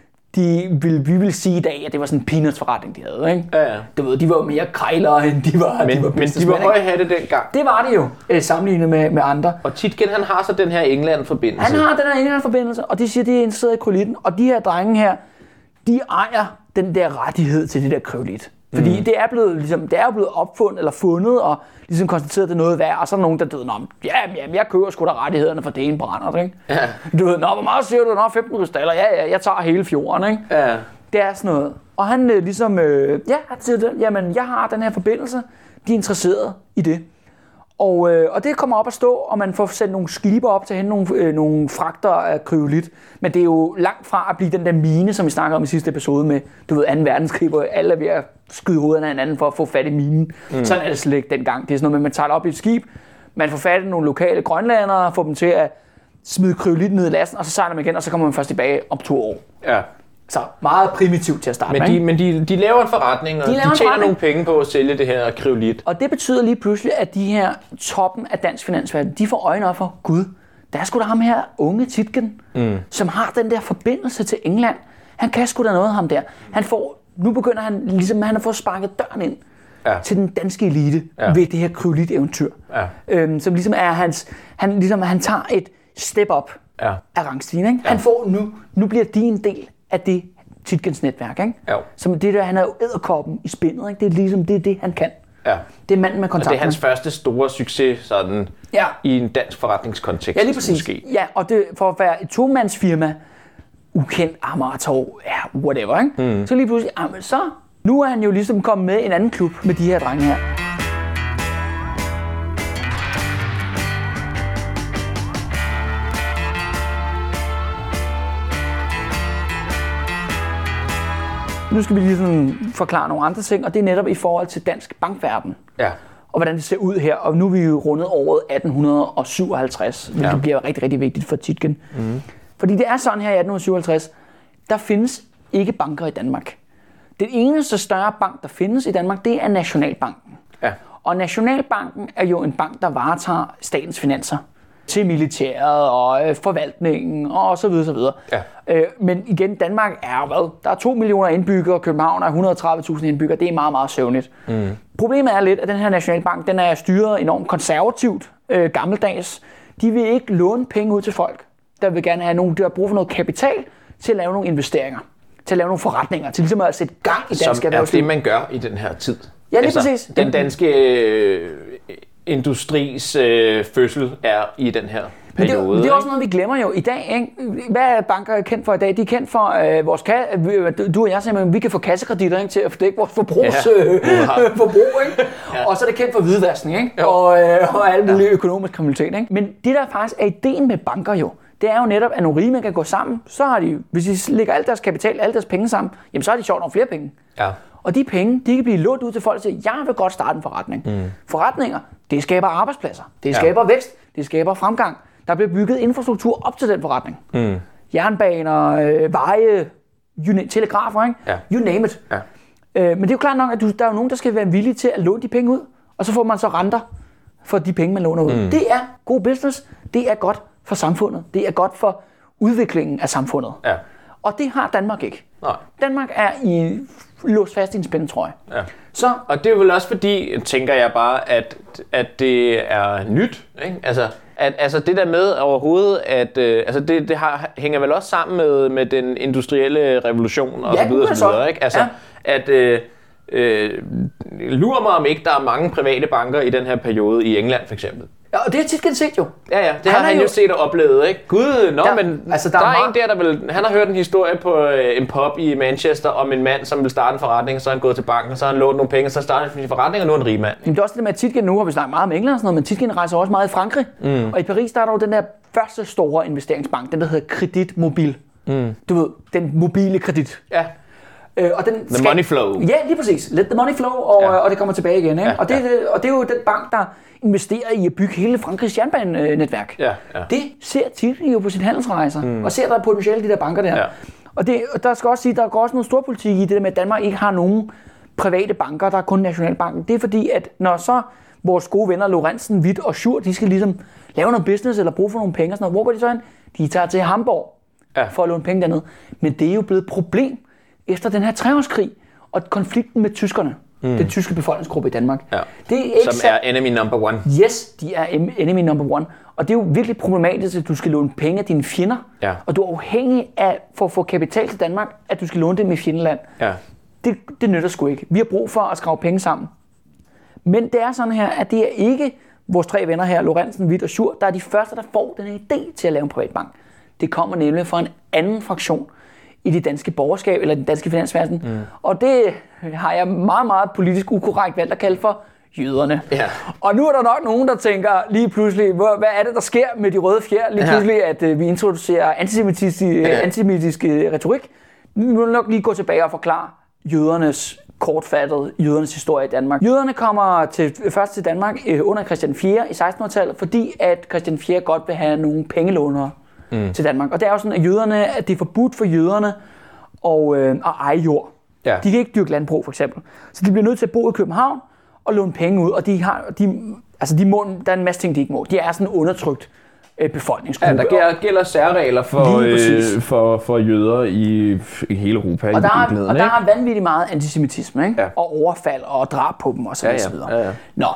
Speaker 2: de vil, vi vil sige i dag, at det var sådan en peanuts forretning, de havde, ikke? Ja, ja. Du ved, de var mere krejlere, end de var
Speaker 1: Men
Speaker 2: de var,
Speaker 1: men de var høje hatte dengang.
Speaker 2: Det var de jo, øh, sammenlignet med, med andre.
Speaker 1: Og Tietgen, han har så den her England-forbindelse.
Speaker 2: Han har den her England-forbindelse, og de siger, at de er interesseret i krylitten, og de her drenge her, de ejer den der rettighed til det der kryolit. Fordi mm. det er blevet ligesom, det er blevet opfundet eller fundet og ligesom konstateret, at det er noget værd, og så er der nogen, der døde, ja, jamen, jeg køber sgu da rettighederne for det ene brænder, ikke? Ja. Du ved, nå, hvor meget siger du? Nå, femten krystaller, ja, ja, jeg tager hele fjorden, ikke? Ja. Det er sådan noget. Og han øh, ligesom, øh, ja, han siger det, jamen, jeg har den her forbindelse, de er interesseret i det. Og, øh, og det kommer op at stå, og man får sendt nogle skibe op til at hente nogle, øh, nogle fragter af kryolit. Men det er jo langt fra at blive den der mine, som vi snakkede om i sidste episode med, du ved, anden verdenskrig, hvor alle er ved at skyde hovederne af hinanden for at få fat i minen. Mm. Sådan er det slet ikke dengang. Det er sådan noget med, at man tager op i et skib, Man får fat i nogle lokale grønlandere, får dem til at smide kryolit ned i lasten, og så sejler man igen, og så kommer man først tilbage om to år.
Speaker 1: Ja.
Speaker 2: Så meget primitivt til at starte
Speaker 1: men
Speaker 2: med.
Speaker 1: De, men de, de laver en forretning, og de, de tjener forretning. nogle penge på at sælge det her kryolit.
Speaker 2: Og det betyder lige pludselig, at de her toppen af dansk finansverden, de får øjne op for, gud, der er sgu da ham her unge Tietgen, mm. som har den der forbindelse til England. Han kan sgu da noget ham der. Han får, nu begynder han ligesom, han har fået sparket døren ind ja. til den danske elite ja. ved det her kryolit-eventyr. Ja. Øhm, som ligesom er hans, han, ligesom, han tager et step up ja. af rangstigen. Ikke? Ja. Han får nu, nu bliver de en del af det Tietgens netværk. Ikke? Ja. Som det der, han er jo edderkoppen i spindet. Ikke? Det er ligesom det, er det han kan. Ja. Det er manden med kontakt.
Speaker 1: Og det er hans første store succes sådan, ja. i en dansk forretningskontekst.
Speaker 2: Ja, lige præcis. Måske. Ja, og det, for at være et tomandsfirma, ukendt Amager, ja, whatever, ikke? Mm. Så lige pludselig, jamen, så nu er han jo ligesom kommet med i en anden klub med de her drenge her. Nu skal vi lige sådan forklare nogle andre ting, og det er netop i forhold til dansk bankverden. Ja. Og hvordan det ser ud her. Og nu er vi jo rundet året atten syvoghalvtreds, hvilket ja. bliver rigtig, rigtig vigtigt for Tietgen. Mm. Fordi det er sådan her i atten syvoghalvtreds, der findes ikke banker i Danmark. Den eneste større bank, der findes i Danmark, det er Nationalbanken. Ja. Og Nationalbanken er jo en bank, der varetager statens finanser til militæret og øh, forvaltningen og så videre, så videre. Ja. Øh, men igen, Danmark er hvad? Der er to millioner indbyggere, København er et hundrede og tredive tusind indbyggere. Det er meget, meget søvnligt. Mm. Problemet er lidt, at den her Nationalbank, den er styret enormt konservativt, øh, gammeldags. De vil ikke låne penge ud til folk. Der vil gerne have nogen, der har brug for noget kapital til at lave nogle investeringer, til at lave nogle forretninger, til ligesom at sætte gang i dansk erhvervsliv.
Speaker 1: Som er det, man gør i den her tid.
Speaker 2: Ja, lige altså, præcis.
Speaker 1: Den danske øh, industris øh, fødsel er i den her periode.
Speaker 2: Men det, det er også noget, vi glemmer jo i dag. Ikke? Hvad er banker kendt for i dag? De er kendt for øh, vores ka- du og jeg simpelthen, vi kan få kassekreditter, ikke, til at dække vores forbrugs, ja. øh, forbrug. Ikke? Ja. Og så er det kendt for hvidvaskning, ikke? Og, øh, og alle mulige ja. økonomisk kriminalitet. Ikke? Men det der faktisk er ideen med banker jo, det er jo netop, at nogle rige mænd kan gå sammen. Så har de, hvis de lægger alt deres kapital, alle deres penge sammen, jamen så har de sjovt nogle flere penge. Ja. Og de penge, de kan blive lånt ud til folk, der siger, jeg vil godt starte en forretning. Mm. Forretninger, det skaber arbejdspladser, det ja. skaber vækst, det skaber fremgang. Der bliver bygget infrastruktur op til den forretning. Mm. Jernbaner, øh, veje, you, telegrafer, ikke? Ja. You name it. Ja. Øh, men det er jo klart nok, at du, der er jo nogen, der skal være villige til at låne de penge ud, og så får man så renter for de penge, man låner ud. Mm. Det er god business, det er godt for samfundet, det er godt for udviklingen af samfundet. Ja. Og det har Danmark ikke. Nej. Danmark er i låst fast i en spændetrøje. Ja.
Speaker 1: Så, og det er vel også fordi, tænker jeg bare, at, at det er nyt. Ikke? Altså, at, altså det der med overhovedet, at øh, altså det, det har, hænger vel også sammen med, med den industrielle revolution og ja, så videre. Så videre ikke? Altså, ja. at øh, øh, lurer mig om ikke, der er mange private banker i den her periode i England for eksempel.
Speaker 2: Ja, og det har Tietgen set jo.
Speaker 1: Ja, ja, det han har han jo, jo set og oplevet, ikke? Gud, nå, der, men altså, der, der er, er en der, der vil... Han har hørt en historie på øh, en pub i Manchester om en mand, som vil starte en forretning, så er han gået til banken, og så har han lånt nogle penge, og så starter han en forretning, og nu er en rig mand.
Speaker 2: Men det er også det med, at Tietgen nu har vi snakket meget om England og sådan noget, men Tietgen rejser også meget i Frankrig. Mm. Og i Paris, der er der jo den der første store investeringsbank, den der hedder Credit Mobile. Mm. Du ved, den mobile kredit.
Speaker 1: Ja.
Speaker 2: Øh, og den
Speaker 1: the skal, money flow.
Speaker 2: Ja, lige præcis. Let the money flow, og, ja. og det kommer tilbage igen. Ikke? Ja, og, det, ja. og det er jo den bank, der investerer i at bygge hele Frankrigs jernbanenetværk. Ja, ja. Det ser Tietgen jo på sine handelsrejser, mm. og ser der potentiale i de der banker der. Ja. Og, det, og der skal også sige, der går også noget storpolitik i det der med, at Danmark ikke har nogen private banker, der er kun Nationalbanken. Det er fordi, at når så vores gode venner Lorentzen, Hvidt og Schur, de skal ligesom lave noget business eller bruge for nogle penge og sådan noget, hvor går de så hen? De tager til Hamburg ja. for at låne penge dernede. Men det er jo blevet et problem efter den her treårskrig og konflikten med tyskerne. Mm. Den tyske befolkningsgruppe i Danmark.
Speaker 1: Ja. Det er ikke Som er enemy number one.
Speaker 2: Yes, de er enemy number one. Og det er jo virkelig problematisk, at du skal låne penge af dine fjender. Ja. Og du er afhængig af, for at få kapital til Danmark, at du skal låne det med fjendeland. Ja. Det, det nytter sgu ikke. Vi har brug for at skrave penge sammen. Men det er sådan her, at det er ikke vores tre venner her, Lorentzen, Hvidt og Schur, der er de første, der får den her idé til at lave en privatbank. Det kommer nemlig fra en anden fraktion i det danske borgerskab, eller den danske finansverden. Mm. Og det har jeg meget, meget politisk ukorrekt valgt at kalde for jøderne. Ja. Og nu er der nok nogen, der tænker lige pludselig, hvad er det, der sker med de røde fjer? Lige pludselig, at uh, vi introducerer antisemitisk, ja. antisemitisk uh, retorik. Nu må nok lige gå tilbage og forklare jødernes kortfattet jødernes historie i Danmark. Jøderne kommer til, først til Danmark øh, under Christian den fjerde i sekstenhundredetallet, fordi at Christian den fjerde godt vil have nogle pengelånere mm. til Danmark. Og det er jo sådan, at jøderne, at det er forbudt for jøderne at, øh, at eje jord. Ja. De kan ikke dyrke landbrug, for eksempel. Så de bliver nødt til at bo i København og låne penge ud, og de har, de, altså de må, der er en masse ting, de ikke må. De er sådan undertrykt øh, befolkningsgruppe.
Speaker 1: Ja, der gælder, gælder særregler for, øh, for, for jøder i, i hele Europa.
Speaker 2: Og der,
Speaker 1: i
Speaker 2: er, og der er vanvittigt meget antisemitisme, ikke? Ja. Og overfald og drab på dem osv.
Speaker 1: Ja, ja. Ja, ja.
Speaker 2: Nå,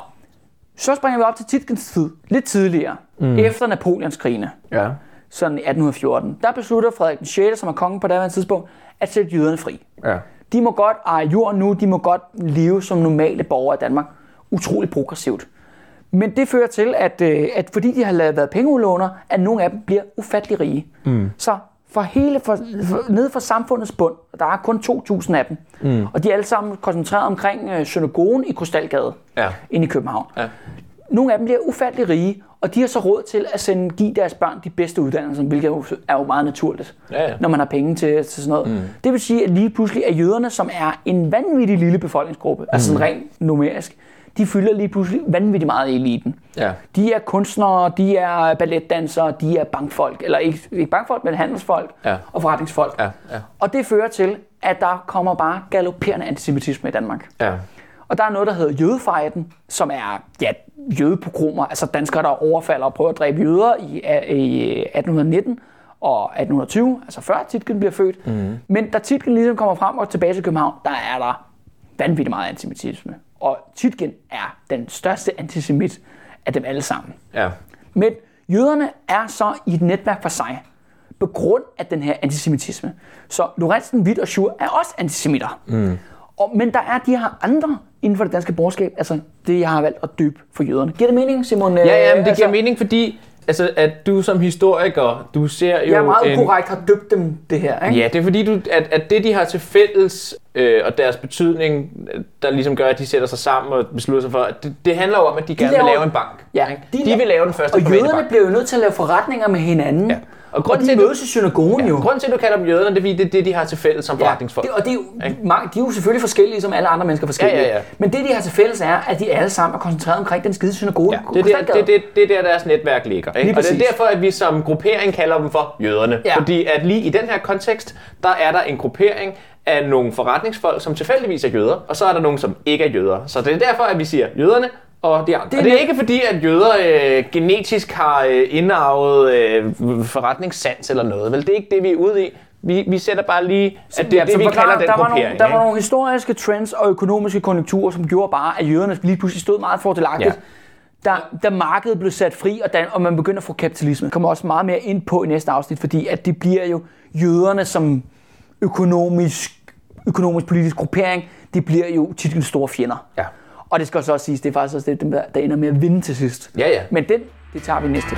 Speaker 2: så springer vi op til Tietgens tid, lidt tidligere, mm. efter Napoleonskrigene, ja. Sådan i atten fjorten. Der beslutter Frederik den sjette, som er kongen på daværende tidspunkt, at sætte jøderne fri. Ja. De må godt eje jord nu, de må godt leve som normale borgere i Danmark. Utroligt progressivt. Men det fører til, at, at fordi de har været pengeudlåner, at nogle af dem bliver ufattelig rige. Mm. Så for hele, for, for, nede for samfundets bund, der er kun to tusind af dem, mm. og de er alle sammen koncentreret omkring uh, synagogen i Krystalgade, ja. Inde i København. Ja. Nogle af dem bliver ufattelig rige, og de har så råd til at sende, give deres børn de bedste uddannelser, hvilket er jo meget naturligt, ja, ja. Når man har penge til, til sådan noget. Mm. Det vil sige, at lige pludselig er jøderne, som er en vanvittig lille befolkningsgruppe, mm. altså sådan rent numerisk, de fylder lige pludselig vanvittigt meget i eliten. Ja. De er kunstnere, de er balletdansere, de er bankfolk, eller ikke, ikke bankfolk, men handelsfolk ja. Og forretningsfolk. Ja. Ja. Og det fører til, at der kommer bare galopperende antisemitisme i Danmark. Ja. Og der er noget, der hedder jødefejden, som er ja, jødepogromer, altså danskere, der overfalder og prøver at dræbe jøder i, i atten nitten og atten tyve, altså før Tietgen bliver født. Mm. Men da Tietgen ligesom kommer frem og tilbage til København, der er der vanvittigt meget antisemitisme. Og Tietgen er den største antisemit af dem alle sammen. Ja. Men jøderne er så i et netværk for sig, på grund af den her antisemitisme. Så Lorentzen, Witt og Schur er også antisemitter. Mm. Og, men der er de her andre inden for det danske borgerskab, altså det, jeg har valgt at døbe for jøderne. Giver det mening, Simon?
Speaker 1: Ja, ja, men det altså, giver mening, fordi altså, at du som historiker, du ser jo...
Speaker 2: Jeg meget en... korrekt har døbt dem det her, ikke?
Speaker 1: Ja, det er fordi, du, at, at det, de har til fælles, øh, og deres betydning, der ligesom gør, at de sætter sig sammen og beslutter sig for, at det, det handler om, at de, de gerne laver, vil lave en bank. Ja, de, de vil lave den første
Speaker 2: private bank. Og jøderne bliver jo nødt til at lave forretninger med hinanden. Ja. Og, og de mødes i synagogen ja, jo.
Speaker 1: Grunden til, at du kalder dem jøderne, det er, det er det, de har til fælles som ja, forretningsfolk.
Speaker 2: Det, og det er jo, mange, de er jo selvfølgelig forskellige, som alle andre mennesker er forskellige. Ja, ja, ja. Men det, de har til fælles, er, at de alle sammen er koncentreret omkring den skide synagoge.
Speaker 1: Ja, det, er der, det, det, det er der, deres netværk ligger. Ikke? Og det er derfor, at vi som gruppering kalder dem for jøderne. Ja. Fordi at lige i den her kontekst, der er der en gruppering af nogle forretningsfolk, som tilfældigvis er jøder, og så er der nogen, som ikke er jøder. Så det er derfor, at vi siger jøderne, og de andre. Det er, og det er ikke fordi, at jøder øh, genetisk har øh, indarvet øh, forretningssans eller noget. Vel, det er ikke det, vi er ude i. Vi, vi sætter bare lige, at det er det, vi kalder den
Speaker 2: der
Speaker 1: gruppering.
Speaker 2: Var nogle, der var nogle historiske trends og økonomiske konjunkturer, som gjorde bare, at jøderne lige pludselig stod meget fordelagtigt. Ja. Da, da markedet blev sat fri, og, dan, og man begynder at få kapitalisme. Det kommer også meget mere ind på i næste afsnit, fordi at det bliver jo jøderne som økonomisk, økonomisk politisk gruppering, det bliver jo tit en store fjender. Ja. Og det skal så også siges, det er faktisk også dem, der ender med at vinde til sidst.
Speaker 1: Ja, ja.
Speaker 2: Men den, det tager vi næste.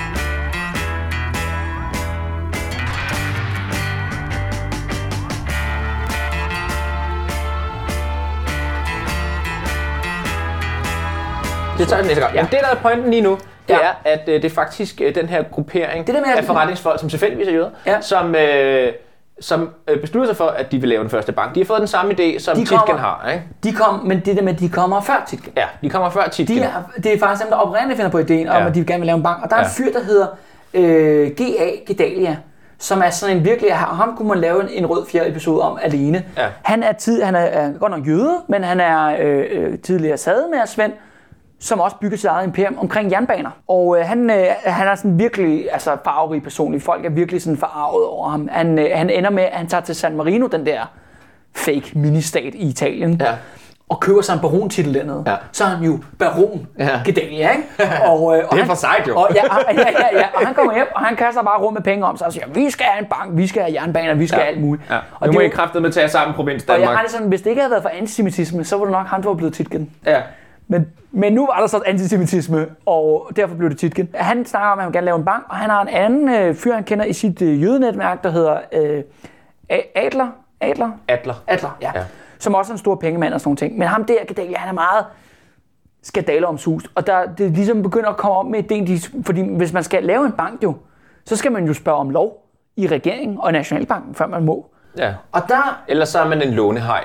Speaker 1: Det tager vi næste gang. Ja. Men det, der er pointen lige nu, det ja. er, at øh, det er faktisk øh, den her gruppering det der med, af forretningsfolk, som tilfældigvis er jøder, ja. som... Øh, som beslutter sig for, at de vil lave den første bank. De har fået den samme idé, som Tietgen har, ikke?
Speaker 2: De kom, men det der med, at de kommer før Tietgen.
Speaker 1: Ja, de kommer før Tietgen. De
Speaker 2: er, det er faktisk dem, der oprindeligt finder på ideen om, ja. At de gerne vil lave en bank. Og der er ja. En fyr, der hedder øh, G A Gedalia, som er sådan en virkelig... Ham kunne man lave en, en rød fjerde episode om alene. Ja. Han er tid, han er, er godt nok jøde, men han er øh, tidligere sademagersvend, som også bygger sit eget imperium omkring jernbaner. Og øh, han, øh, han er sådan virkelig altså, farverig personlig. Folk er virkelig sådan forarvet over ham. Han, øh, han ender med, at han tager til San Marino, den der fake ministat i Italien, ja. Og køber sig en barontitel dernede. Ja. Så er han jo baron ja. Gedalia, ikke?
Speaker 1: Og, øh, og det er for sejt jo.
Speaker 2: Og, ja, ja, ja, ja, og han kommer hjem, og han kaster bare rundt med penge om sig og siger, vi skal have en bank, vi skal have jernbaner, vi skal ja. Have alt muligt. Ja.
Speaker 1: Og nu må I kraftedeme tage sammen provins Danmark.
Speaker 2: Og jeg har det sådan, hvis det ikke havde været for antisemitisme, så var det nok ham, der var blevet Tietgen. Ja. Men, men nu var der så antisemitisme, og derfor blev det Tietgen. Han snakker om, at han gerne lave en bank, og han har en anden øh, fyr, han kender i sit øh, jødenetværk, der hedder øh, Adler. Adler?
Speaker 1: Adler.
Speaker 2: Adler, ja. ja. Som også er en stor pengemand og sådan nogle ting. Men ham der, Gedalia, han er meget skandaleomsust. Og der, det ligesom begynder at komme op med ideen, de, fordi hvis man skal lave en bank jo, så skal man jo spørge om lov i regeringen og Nationalbanken, før man må.
Speaker 1: Ja. Og der... Ellers så er man en lånehaj.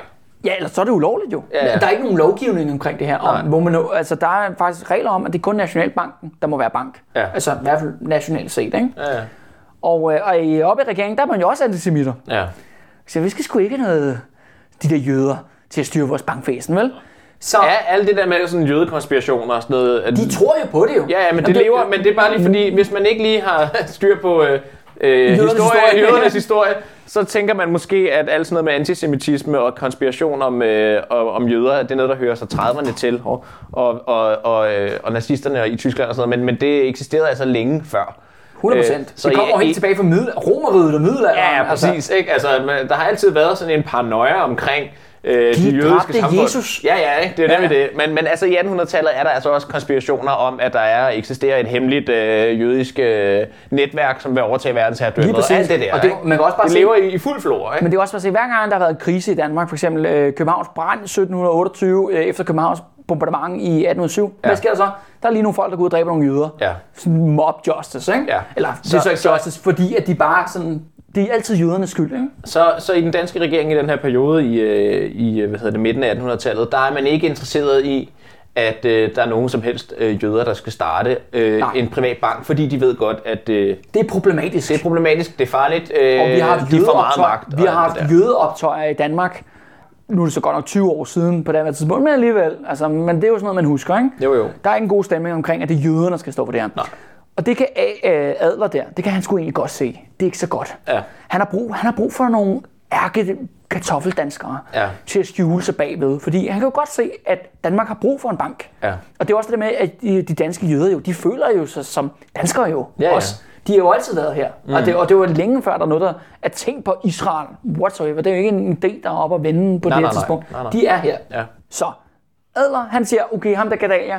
Speaker 2: Ja, eller så er det ulovligt jo.
Speaker 1: Ja, ja.
Speaker 2: Der er ikke nogen lovgivning omkring det her. Om, hvor man, altså, der er faktisk regler om, at det er kun Nationalbanken, der må være bank.
Speaker 1: Ja.
Speaker 2: Altså i hvert fald nationalt set, ikke?
Speaker 1: Ja, ja.
Speaker 2: Og, øh, og i, oppe i regeringen, der er man jo også antisemitter.
Speaker 1: Ja.
Speaker 2: Så vi skal sgu ikke have noget, de der jøder til at styre vores bankvæsen, vel? Så
Speaker 1: ja, alt det der med sådan jødekonspirationer og sådan noget. At...
Speaker 2: De tror jo på det jo.
Speaker 1: Ja, ja, men det, det lever, men det er bare lige fordi, hvis man ikke lige har styr på øh, øh,
Speaker 2: Jødernes
Speaker 1: historie,
Speaker 2: historie.
Speaker 1: jødernes historie, så tænker man måske, at alt sådan noget med antisemitisme og konspiration om, øh, om jøder, det er noget, der hører sig trediverne til, og, og, og, og, øh, og nazisterne i Tyskland og sådan noget, men, men det eksisterede altså længe før.
Speaker 2: hundrede procent.
Speaker 1: Så
Speaker 2: det kommer
Speaker 1: i,
Speaker 2: helt tilbage fra middel- Romeriet og middelalderen.
Speaker 1: Ja, ja, præcis. Altså, ikke? Altså, der har altid været sådan en paranoia omkring øh, de, de jødiske samfund.
Speaker 2: Jesus.
Speaker 1: Ja, ja, ikke? Det er
Speaker 2: ja,
Speaker 1: nemlig det. Men, men altså i attenhundredetallet er der altså også konspirationer om, at der er eksisterer et hemmeligt øh, jødisk øh, netværk, som vil overtage verdensherredømmet. Og alt det der.
Speaker 2: Og det, man kan også bare
Speaker 1: det
Speaker 2: se,
Speaker 1: lever i, i fuld flor. Ikke?
Speaker 2: Men det er også bare at se, hver gang der har været krise i Danmark, for eksempel øh, Københavns brand sytten otteogtyve, øh, efter Københavns bombardement i atten hundrede og syv. Ja. Hvad sker der så? Der er lige nogle folk, der går ud og dræber nogle jøder.
Speaker 1: Ja.
Speaker 2: Sådan mob justice, ikke?
Speaker 1: Ja.
Speaker 2: Eller det er så ikke justice, fordi at de bare sådan... Det er altid jødernes skyld, ikke?
Speaker 1: Så, så i den danske regering i den her periode, i, i hvad hedder det, midten af attenhundredetallet, der er man ikke interesseret i, at øh, der er nogen som helst øh, jøder, der skal starte øh, en privat bank, fordi de ved godt, at øh,
Speaker 2: det er problematisk.
Speaker 1: Det er problematisk, det er farligt, øh,
Speaker 2: og vi har haft
Speaker 1: de får meget magt.
Speaker 2: Vi har haft jødeoptøjer i Danmark. Nu er det så godt nok tyve år siden på det her tidspunkt, men alligevel. Altså, men det er jo sådan noget, man husker, ikke?
Speaker 1: Jo, jo.
Speaker 2: Der er ikke en god stemning omkring, at det er jøderne, der skal stå for det her.
Speaker 1: Nej.
Speaker 2: Og det kan Adler der, det kan han sgu egentlig godt se. Det er ikke så godt.
Speaker 1: Ja.
Speaker 2: Han har brug, han har brug for nogle ærke kartoffeldanskere
Speaker 1: ja.
Speaker 2: til at skjule sig bagved. Fordi han kan jo godt se, at Danmark har brug for en bank.
Speaker 1: Ja.
Speaker 2: Og det er også det med, at de, de danske jøder jo, de føler jo sig som danskere jo
Speaker 1: ja, ja.
Speaker 2: også. De har jo altid været her. Mm. Og, det, og det var længe før, der er noget, der er tænkt på Israel whatsoever. Det er jo ikke en idé, der er oppe og vende på nej, det her nej, tidspunkt. Nej, nej. De er her.
Speaker 1: Ja.
Speaker 2: Så Adler, han siger, okay, ham der Gadalia,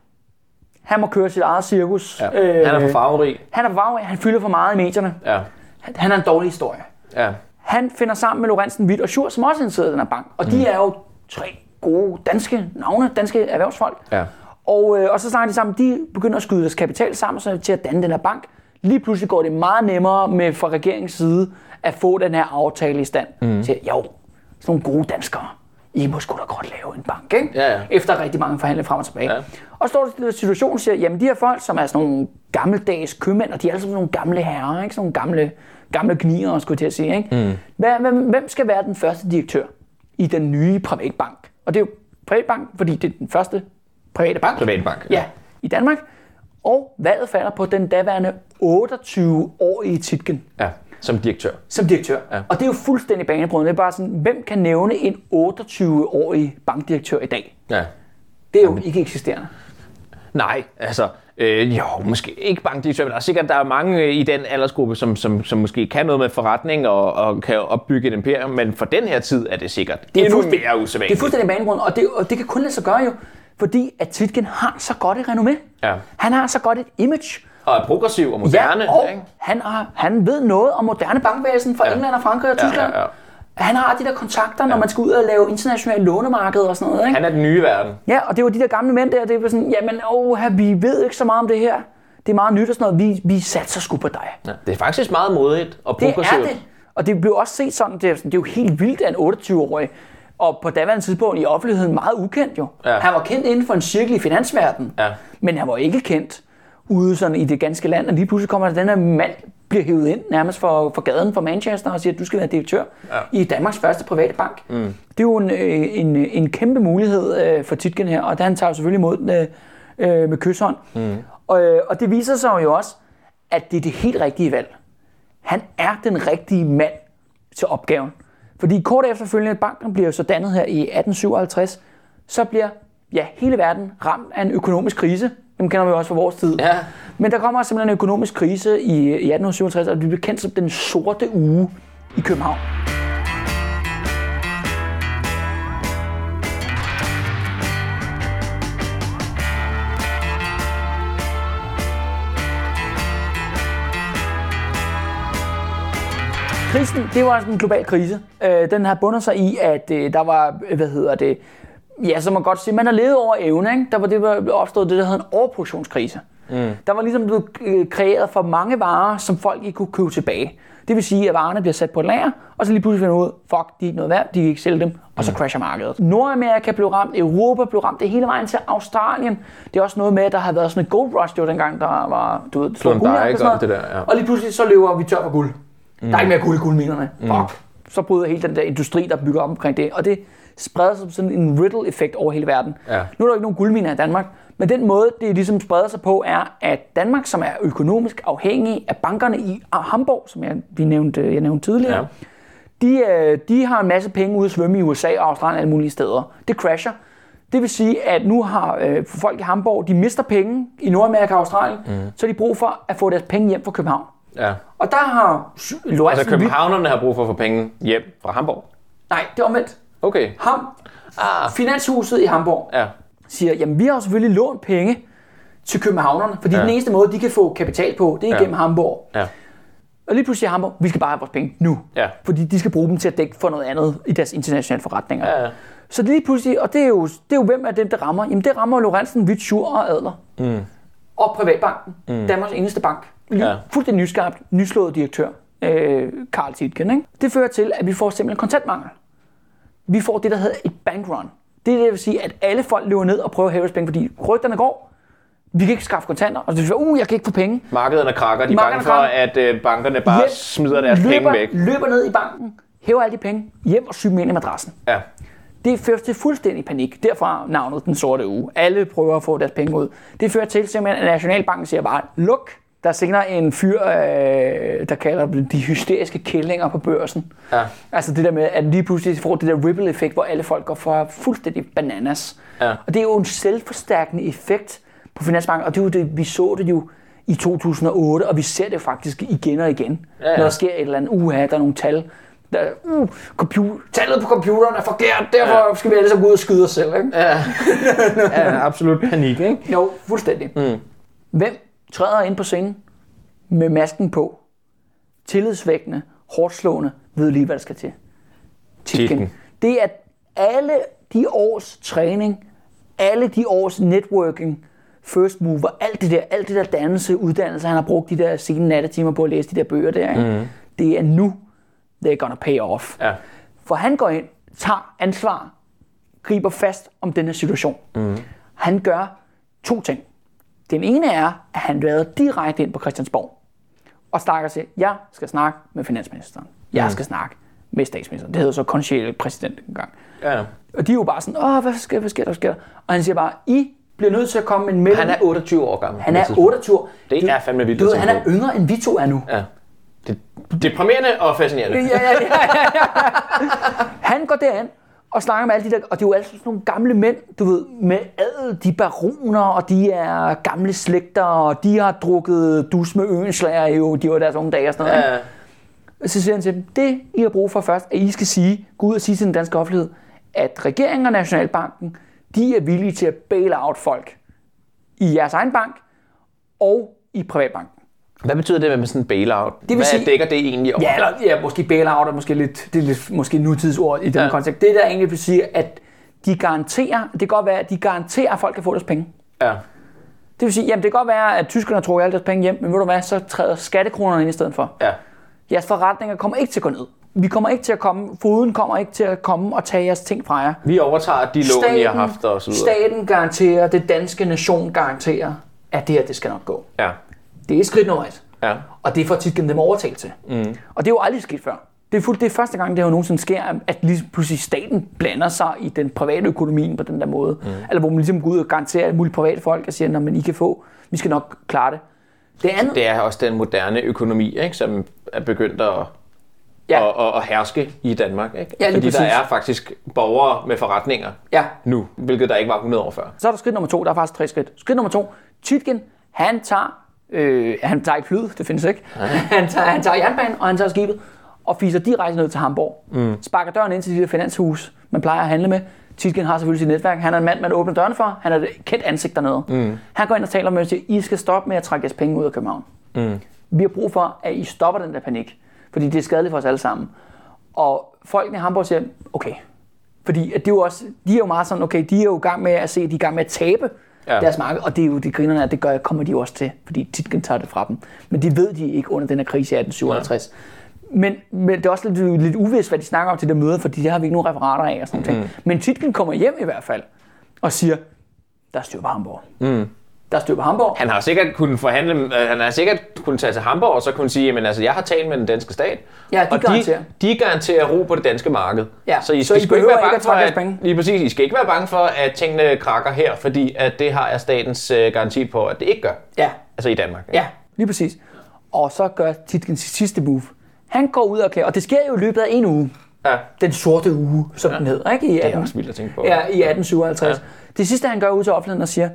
Speaker 2: han må køre sit eget cirkus.
Speaker 1: Ja. Øh, han er for farverig.
Speaker 2: Han er for farverig. Han fylder for meget i medierne.
Speaker 1: Ja.
Speaker 2: Han, han er en dårlig historie.
Speaker 1: Ja.
Speaker 2: Han finder sammen med Lorentzen Hvidt og Schur, som også er interesseret i den her bank. Og mm. de er jo tre gode danske navne, danske erhvervsfolk.
Speaker 1: Ja.
Speaker 2: Og, øh, og så snakker de sammen, de begynder at skyde deres kapital sammen så til at danne den her bank. Lige pludselig går det meget nemmere med fra regeringens side at få den her aftale i stand. Mm. Så jo, sådan nogle gode danskere. I må sgu da godt lave en bank, ikke?
Speaker 1: Ja, ja.
Speaker 2: Efter rigtig mange forhandlinger frem og tilbage. Ja. Og så står der i situationen og siger, jamen de her folk, som er sådan nogle gammeldags købmænd, og de er altså sådan nogle gamle herrer, ikke? Sådan nogle gamle, gamle gnier, skulle jeg til at sige, ikke? Mm. Hvem, hvem skal være den første direktør i den nye privatbank? Og det er jo privatbank, fordi det er den første private bank.
Speaker 1: Privatbank.
Speaker 2: Ja, i Danmark. Og valget falder på den daværende otteogtyve-årige Tietgen.
Speaker 1: Ja. Som direktør.
Speaker 2: Som direktør. Ja. Og det er jo fuldstændig banebrydende. Det er bare sådan, hvem kan nævne en otteogtyve-årig bankdirektør i dag?
Speaker 1: Ja.
Speaker 2: Det er jo ikke eksisterende.
Speaker 1: Nej, altså, øh, jo, måske ikke bankdirektør, men der er sikkert, der er mange i den aldersgruppe, som, som, som måske kan noget med forretning og, og kan opbygge et imperium, men for den her tid er det sikkert
Speaker 2: det er
Speaker 1: endnu mere usædvanligt.
Speaker 2: Det er fuldstændig banebrydende, og det, og det kan kun lade sig gøre jo, fordi at Tietgen har så godt et renommé.
Speaker 1: Ja.
Speaker 2: Han har så godt et image.
Speaker 1: Og er progressiv og moderne.
Speaker 2: Ja, og
Speaker 1: ikke?
Speaker 2: Han, har, han ved noget om moderne bankvæsen fra ja. England og Frankrig og Tyskland. Ja, ja, ja. Han har de der kontakter, når ja. man skal ud og lave internationale lånemarkeder og sådan noget. Ikke?
Speaker 1: Han er den nye verden.
Speaker 2: Ja, og det var de der gamle mænd der, det var sådan, jamen, åh, vi ved ikke så meget om det her. Det er meget nyt og sådan noget. Vi, vi satser sgu på dig.
Speaker 1: Ja, det er faktisk meget modigt og progressivt.
Speaker 2: Det er det. Og det blev også set sådan, det er, det er jo helt vildt af en otteogtyve-årig. Og på daværende tidspunkt i offentligheden meget ukendt jo. Ja. Han var kendt inden for en cirkel i finansverdenen. Ja. Men han var ikke kendt ude sådan i det ganske land. Og lige pludselig kommer der den her mand, bliver hævet ind nærmest for, for gaden fra Manchester og siger, at du skal være direktør ja. i Danmarks første private bank. Mm. Det er jo en, en, en kæmpe mulighed for Tietgen her, og han tager jo selvfølgelig imod den øh, med kysshånd. Mm. Og, og det viser sig jo også, at det er det helt rigtige valg. Han er den rigtige mand til opgaven. Fordi kort efterfølgende, banken bliver så dannet her i atten syvoghalvtreds, så bliver ja, hele verden ramt af en økonomisk krise. Dem kender vi også fra vores tid.
Speaker 1: Ja.
Speaker 2: Men der kommer simpelthen en økonomisk krise i, i atten syvoghalvtreds, og det bliver kendt som den sorte uge i København. Krisen, det var en global krise. Den har bundet sig i, at der var, hvad hedder det, ja, så man godt sige, man har levet over evne, ikke? Der var det var opstået det, der hedder en overproduktionskrise. Mm. Der var ligesom blevet kreeret for mange varer, som folk ikke kunne købe tilbage. Det vil sige, at varerne bliver sat på et lager, og så lige pludselig finder ud, fuck, de er ikke noget værd, de kan ikke sælge dem, og så crasher markedet. Nordamerika blev ramt, Europa blev ramt, det er hele vejen til Australien. Det er også noget med, at der har været sådan et gold rush, det var dengang, der var, du ved,
Speaker 1: slå guld og sådan det der, ja.
Speaker 2: Og lige pludselig så løber vi tør for guld. Mm. Der er ikke mere guld i guldminerne. Mm. Fuck. Så bryder hele den der industri, der bygger op omkring det, og det spreder sig som sådan en ripple-effekt over hele verden.
Speaker 1: Ja.
Speaker 2: Nu er der ikke nogen guldminer i Danmark, men den måde, det ligesom spreder sig på, er, at Danmark, som er økonomisk afhængig af bankerne i Hamburg, som jeg, vi nævnte, jeg nævnte tidligere, ja. de, de har en masse penge ude at svømme i U S A og Australien og alle mulige steder. Det crasher. Det vil sige, at nu har øh, folk i Hamburg, de mister penge i Nordamerika og Australien, mm. så har de brug for at få deres penge hjem fra København.
Speaker 1: Ja.
Speaker 2: Og der har...
Speaker 1: Altså københavnerne har brug for at få penge hjem fra Hamburg?
Speaker 2: Nej, det er omvendt.
Speaker 1: Okay.
Speaker 2: Ham, ah. Finanshuset i Hamburg
Speaker 1: ja.
Speaker 2: siger, jamen vi har selvfølgelig lånt penge til københavnerne, fordi ja. den eneste måde, de kan få kapital på, det er ja. gennem Hamburg. Ja. Og lige pludselig siger Hamburg, vi skal bare have vores penge nu. Ja. Fordi de skal bruge dem til at dække for noget andet i deres internationale forretninger. Ja, ja. Så det lige pludselig, og det er, jo, det er jo hvem af dem, der rammer? Jamen det rammer Lorentzen, Hvidt, Schur og Adler. Mm. Og Privatbanken, mm. Danmarks eneste bank. Ja. Fuldstændig nyskabt, nyslået direktør, øh, Karl Tietgen. Ikke? Det fører til, at vi får simpelthen kontantmangel. Vi får det, der hedder et bankrun. Det er det, der vil sige, at alle folk løber ned og prøver at hæve deres penge, fordi rygterne går. Vi kan ikke skaffe kontanter, og det vil uh, jeg kan ikke få penge.
Speaker 1: Markederne krakker, de er bange for, at øh, bankerne bare Hjælp, smider deres
Speaker 2: løber,
Speaker 1: penge væk.
Speaker 2: Løber ned i banken, hæver alle de penge, hjem og syger dem ind i madrassen. Ja. Det fører til fuldstændig panik. Derfra navnet Den Sorte Uge. Alle prøver at få deres penge ud. Det fører til simpelthen, at Nationalbanken siger bare, luk. Der er senere en fyr, øh, der kalder det de hysteriske kællinger på børsen. Ja. Altså det der med, at lige pludselig får det der ripple-effekt, hvor alle folk går for fuldstændig bananas. Ja. Og det er jo en selvforstærkende effekt på Finansbanken, og det er jo det, vi så det jo i to tusind og otte, og vi ser det faktisk igen og igen. Ja, ja. Når der sker et eller andet, uha, der er nogle tal, der, uh, computer, tallet på computeren er forkert, derfor ja. skal vi alle så gå ud og skyde os selv, ikke?
Speaker 1: Ja, ja absolut panik, ikke?
Speaker 2: Jo, fuldstændig. Mm. Hvem træder ind på scenen med masken på, tillidsvækkende, hårdslående, ved lige, hvad der skal til. Tietgen. Det er alle de års træning, alle de års networking, first mover, alt det der, alt det der dannelse, uddannelse, han har brugt de der sene nattetimer på at læse de der bøger der, mm. det er nu, they're gonna pay off. Ja. For han går ind, tager ansvar, griber fast om den her situation. Mm. Han gør to ting. Den ene er, at han lader direkte ind på Christiansborg og snakker og siger, jeg skal snakke med finansministeren. Jeg mm. skal snakke med statsministeren. Det hedder så konseil præsident engang. Ja. Og de er jo bare sådan, åh, hvad sker, hvad sker der, hvad sker der? Og han siger bare, I bliver nødt til at komme med en melding.
Speaker 1: Han er otteogtyve år gammel.
Speaker 2: Han er otteogtyve år.
Speaker 1: Det
Speaker 2: du,
Speaker 1: er fandme vildt.
Speaker 2: Du ved, han er yngre end vi to er nu.
Speaker 1: Ja. Det er deprimerende og fascinerende.
Speaker 2: Ja, ja, ja, ja, ja. Han går derind og snakker med alle de der, og det er jo altså sådan nogle gamle mænd, du ved, med adel, de baroner, og de er gamle slægter, og de har drukket dus med øenslager, jo, de var deres unge dage og sådan noget. Ja. Så siger han til dem, det I har brug for først, at I skal sige, gå ud og sige til den danske offentlighed, at regeringen og Nationalbanken, de er villige til at bail out folk i jeres egen bank og i privatbanken.
Speaker 1: Hvad betyder det med sådan en bailout? Det Hvad sige, dækker det egentlig over?
Speaker 2: Ja, eller, ja, måske bailout er måske lidt, det er lidt måske nutidsord i den ja. kontekst. Det der egentlig vil sige, at de garanterer, det kan godt være, at de garanterer, at folk kan få deres penge. Ja. Det vil sige, jamen det kan godt være, at tyskerne har trukket alle deres penge hjem, men ved du hvad, så træder skattekronerne ind i stedet for. Ja. Jeres forretninger kommer ikke til at gå ned. Vi kommer ikke til at komme, foden kommer ikke til at komme og tage jeres ting fra jer.
Speaker 1: Vi overtager de lån, I har haft og så videre.
Speaker 2: Staten garanterer, det danske nation garanterer, at det her, det skal nok gå. Ja. Det er skridt nummer et. Ja. Og det får Tietgen dem overtalt til. Mm. Og det er jo aldrig sket før. Det er, fuldt, det er første gang, det har nogensinde sker, at lige pludselig staten blander sig i den private økonomien på den der måde. Mm. Eller hvor man ligesom går ud og garanterer alle mulige private folk og siger, at I kan få, vi skal nok klare det.
Speaker 1: Det, andet, det er også den moderne økonomi, ikke, som er begyndt at, ja. at, at, at herske i Danmark. Ikke? Ja, fordi præcis. Der er faktisk borgere med forretninger ja. nu, hvilket der ikke var hundrede år før.
Speaker 2: Så er der skridt nummer to, der er faktisk tre skridt. Skridt nummer to, Tietgen, han tager, øh, han tager ikke flyet, det findes ikke. han, tager, han tager jernbanen, og han tager skibet, og fiser direkte ned til Hamburg. Mm. Sparker døren ind til de der finanshus, man plejer at handle med. Tietgen har selvfølgelig sit netværk. Han er en mand, man åbner dørene for. Han er et kendt ansigt dernede. Mm. Han går ind og taler med og siger, I skal stoppe med at trække jeres penge ud af København. Mm. Vi har brug for, at I stopper den der panik. Fordi det er skadeligt for os alle sammen. Og folkene i Hamburg siger, okay. Fordi at det er jo også, de er jo meget sådan, okay, de er jo i gang med at se, de er i gang med at tabe ja. deres marked. Og det er jo det grinerne, at det gør, kommer de også til. Fordi Tietgen tager det fra dem. Men de ved de ikke under den her krise i atten syvoghalvtreds. Ja. Men, men det er også lidt, lidt uvist, hvad de snakker om til det møde, fordi det har vi ikke nogen referater af og sådan noget. Mm. Men Tietgen kommer hjem i hvert fald og siger, der er styr på Hamborg. Mm. Der er styr på Hamborg.
Speaker 1: Han har sikkert kunnet forhandle, øh, han har sikkert kunnet tage til Hamborg og så kunne sige, men altså, jeg har talt med den danske stat.
Speaker 2: Ja, de
Speaker 1: og
Speaker 2: garanterer.
Speaker 1: De, de garanterer ro på det danske marked.
Speaker 2: Ja.
Speaker 1: Så I,
Speaker 2: så
Speaker 1: I,
Speaker 2: I
Speaker 1: skal ikke være bange
Speaker 2: ikke
Speaker 1: for, at, lige præcis, I skal ikke være bange for, at tingene krakker her, fordi at det har jeg statens øh, garanti på, at det ikke gør.
Speaker 2: Ja.
Speaker 1: Altså i Danmark.
Speaker 2: Ja, ja lige præcis. Og så gør Tietgen sit sidste move. Han går ud og kan, og det sker jo i løbet af en uge.
Speaker 1: Ja.
Speaker 2: Den sorte uge, som ja. den hedder, ikke? I atten,
Speaker 1: det er også vildt at tænke på.
Speaker 2: Ja, i atten syvoghalvtreds. Ja. Det sidste, han gør ud til offentligheden og siger,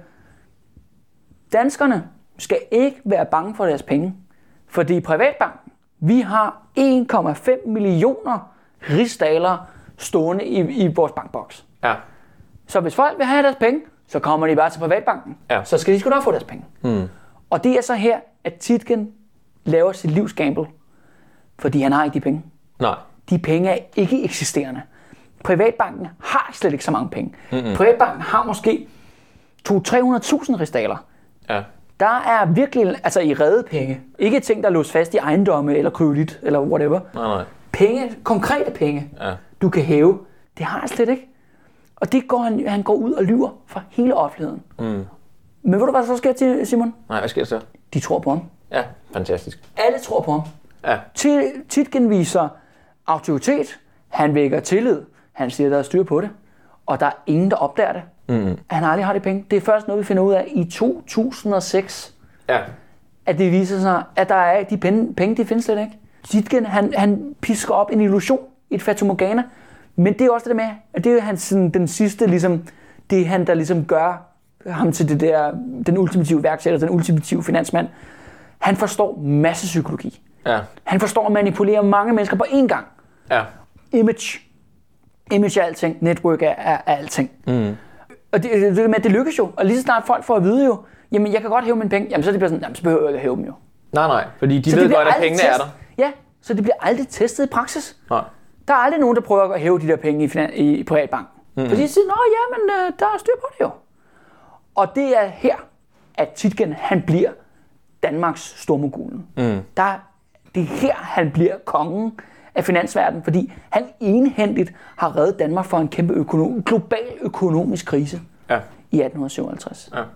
Speaker 2: danskerne skal ikke være bange for deres penge, fordi Privatbanken, vi har en komma fem millioner rigsdaler stående i, i vores bankboks.
Speaker 1: Ja.
Speaker 2: Så hvis folk vil have deres penge, så kommer de bare til Privatbanken.
Speaker 1: Ja.
Speaker 2: Så skal de sgu nok få deres penge. Hmm. Og det er så her, at Tietgen laver sit livs gamble, fordi han har ikke de penge.
Speaker 1: Nej.
Speaker 2: De penge er ikke eksisterende. Privatbanken har slet ikke så mange penge. Mm-hmm. Privatbanken har måske to til tre hundrede tusind rigsdaler.
Speaker 1: Ja.
Speaker 2: Der er virkelig, altså i redde penge. Ikke ting, der låst fast i ejendomme eller kryptolit eller whatever.
Speaker 1: Nej, nej.
Speaker 2: Penge, konkrete penge, ja. du kan hæve. Det har han slet ikke. Og det går han, han går ud og lyver for hele offentligheden. Mm. Men ved du, hvad der så sker til Simon?
Speaker 1: Nej, hvad sker der så?
Speaker 2: De tror på ham.
Speaker 1: Ja, fantastisk.
Speaker 2: Alle tror på ham.
Speaker 1: Ja.
Speaker 2: Tietgen viser autoritet. Han vækker tillid. Han siger, der er styr på det. Og der er ingen, der opdager det. Mm-hmm. Han aldrig har de penge. Det er først noget, vi finder ud af i to tusind og seks.
Speaker 1: Ja.
Speaker 2: At det viser sig, at der er de penge, penge de findes slet ikke. Tietgen, han, han pisker op en illusion, et fatamorgana. Men det er også det med, at det er hans, sådan, den sidste, ligesom, det er han, der ligesom gør ham til det der, den ultimative værksætter, den ultimative finansmand. Han forstår masse psykologi. Ja. Han forstår at manipulere mange mennesker på én gang.
Speaker 1: Ja.
Speaker 2: Image. Image er alting. Network er, er, er alting. Mm. Og det, det, det, med, det lykkes jo. Og lige så snart folk får at vide jo, jamen jeg kan godt hæve mine penge, jamen så er det bare sådan, jamen så behøver jeg ikke at hæve dem jo.
Speaker 1: Nej, nej, fordi de så ved godt, at pengene test- er der.
Speaker 2: Ja, så det bliver aldrig testet i praksis.
Speaker 1: Nej.
Speaker 2: Der er aldrig nogen, der prøver at hæve de der penge i, finan- i privatbanken. Mm-hmm. Fordi de siger, nå ja, men øh, der er styr på det jo. Og det er her, at Tietgen, han bliver Danmarks stormogulen. Mm. Der, det er her, han bliver kongen af finansverdenen, fordi han enhændigt har reddet Danmark for en kæmpe økonom, global økonomisk krise ja. i atten syvoghalvtreds. Ja.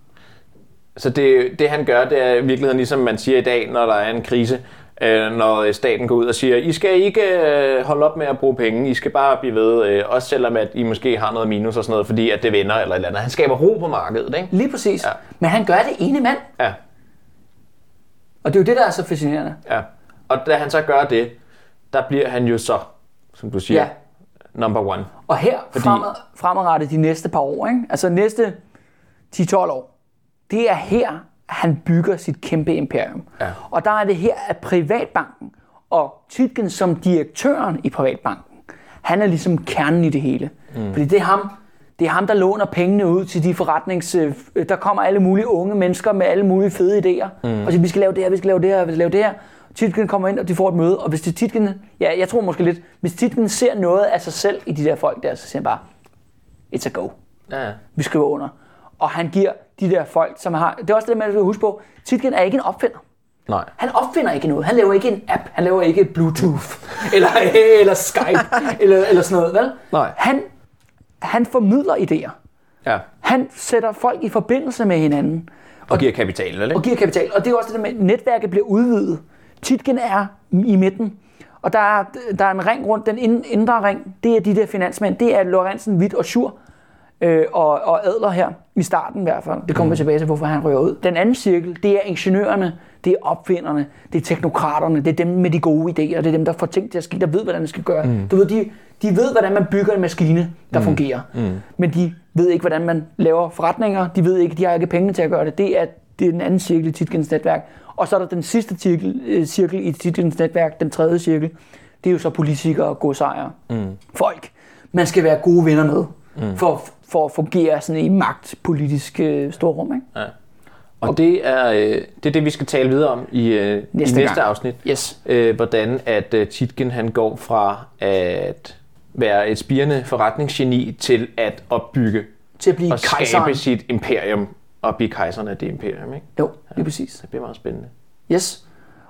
Speaker 1: Så det, det han gør, det er i virkeligheden ligesom man siger i dag, når der er en krise, øh, når staten går ud og siger, I skal ikke øh, holde op med at bruge penge, I skal bare blive ved, øh, også selvom at I måske har noget minus og sådan noget, fordi at det vender eller et eller andet. Han skaber ro på markedet, ikke?
Speaker 2: Lige præcis. Ja. Men han gør det ene mand.
Speaker 1: Ja.
Speaker 2: Og det er jo det, der er så fascinerende.
Speaker 1: Ja. Og da han så gør det, der bliver han jo så, som du siger, ja. number one.
Speaker 2: Og her fordi... fremad, fremadrettet de næste par år, ikke? Altså næste ti til tolv år, det er her, han bygger sit kæmpe imperium. Ja. Og der er det her, at Privatbanken og Tietgen som direktøren i Privatbanken, han er ligesom kernen i det hele. Mm. Fordi det er ham, det er ham, der låner pengene ud til de forretnings... Der kommer alle mulige unge mennesker med alle mulige fede idéer. Mm. Og siger, vi skal lave det her, vi skal lave det her, vi skal lave det her. Tietgen kommer ind, og de får et møde. Og hvis det Tietgen... Ja, jeg tror måske lidt... Hvis Tietgen ser noget af sig selv i de der folk der, så siger han bare, it's a go.
Speaker 1: Ja.
Speaker 2: Vi skriver under. Og han giver de der folk, som har... Det er også det, man skal huske på. Tietgen er ikke en opfinder.
Speaker 1: Nej.
Speaker 2: Han opfinder ikke noget. Han laver ikke en app. Han laver ikke Bluetooth. eller, eller Skype. eller, eller sådan noget, vel?
Speaker 1: Nej.
Speaker 2: Han, han formidler idéer.
Speaker 1: Ja.
Speaker 2: Han sætter folk i forbindelse med hinanden.
Speaker 1: Og, og giver kapital, eller?
Speaker 2: Og giver kapital. Og det er også det med, at netværket bliver udvidet. Tietgen er i midten. Og der er, der er en ring rundt. Den indre ring, det er de der finansmænd. Det er Lorentzen, Witt og Schur. Øh, og, og Adler her, i starten i hvert fald. Det kommer vi mm. tilbage til, hvorfor han rører ud. Den anden cirkel, det er ingeniørerne, det er opfinderne, det er teknokraterne, det er dem med de gode idéer, det er dem, der får ting til at ske, der ved, hvordan det skal gøre. Mm. Du ved, de, de ved, hvordan man bygger en maskine, der mm. fungerer. Mm. Men de ved ikke, hvordan man laver forretninger. De ved ikke, de har ikke penge til at gøre det. Det er, det er den anden cirkel i Tietgens netværk. Og så er der den sidste cirkel, øh, cirkel i Tietgens netværk, den tredje cirkel. Det er jo så politikere og godsejere. Mm. Folk. Man skal være gode venner med. Mm. For, for at fungere sådan i magtpolitisk øh, storrum, ikke?
Speaker 1: Ja. Og, og det er, øh, det er det, vi skal tale videre om i, øh, næste, i næste afsnit.
Speaker 2: Yes.
Speaker 1: Øh, hvordan at øh, Tietgen han går fra at være et spirende forretningsgeni til at opbygge
Speaker 2: til at blive
Speaker 1: og
Speaker 2: kejseren.
Speaker 1: Skabe sit imperium og blive kejseren af det imperium, ikke?
Speaker 2: Jo, lige ja, præcis.
Speaker 1: Det bliver meget spændende.
Speaker 2: Yes.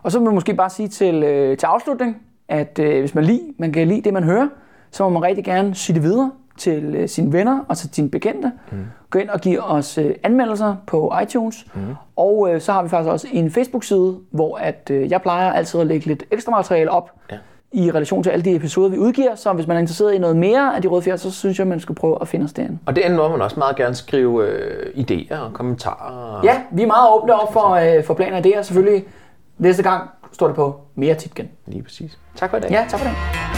Speaker 2: Og så vil jeg måske bare sige til, øh, til afslutning, at øh, hvis man, lide, man kan lide det, man hører, så må man rigtig gerne sige det videre til øh, sine venner og til sine bekendte. Mm. Gå ind og give os øh, anmeldelser på iTunes. Mm. Og øh, så har vi faktisk også en Facebook-side, hvor at, øh, jeg plejer altid at lægge lidt ekstra materiale op ja. i relation til alle de episoder, vi udgiver. Så hvis man er interesseret i noget mere af De Røde Fjer, så synes jeg, man skal prøve at finde os derinde.
Speaker 1: Og det må man også meget gerne skrive øh, idéer og kommentarer.
Speaker 2: Ja, vi er meget åbne op for, øh, for planer og idéer. Selvfølgelig næste gang står det på mere Tietgen.
Speaker 1: Lige præcis. Tak for i dag.
Speaker 2: Ja, tak for det.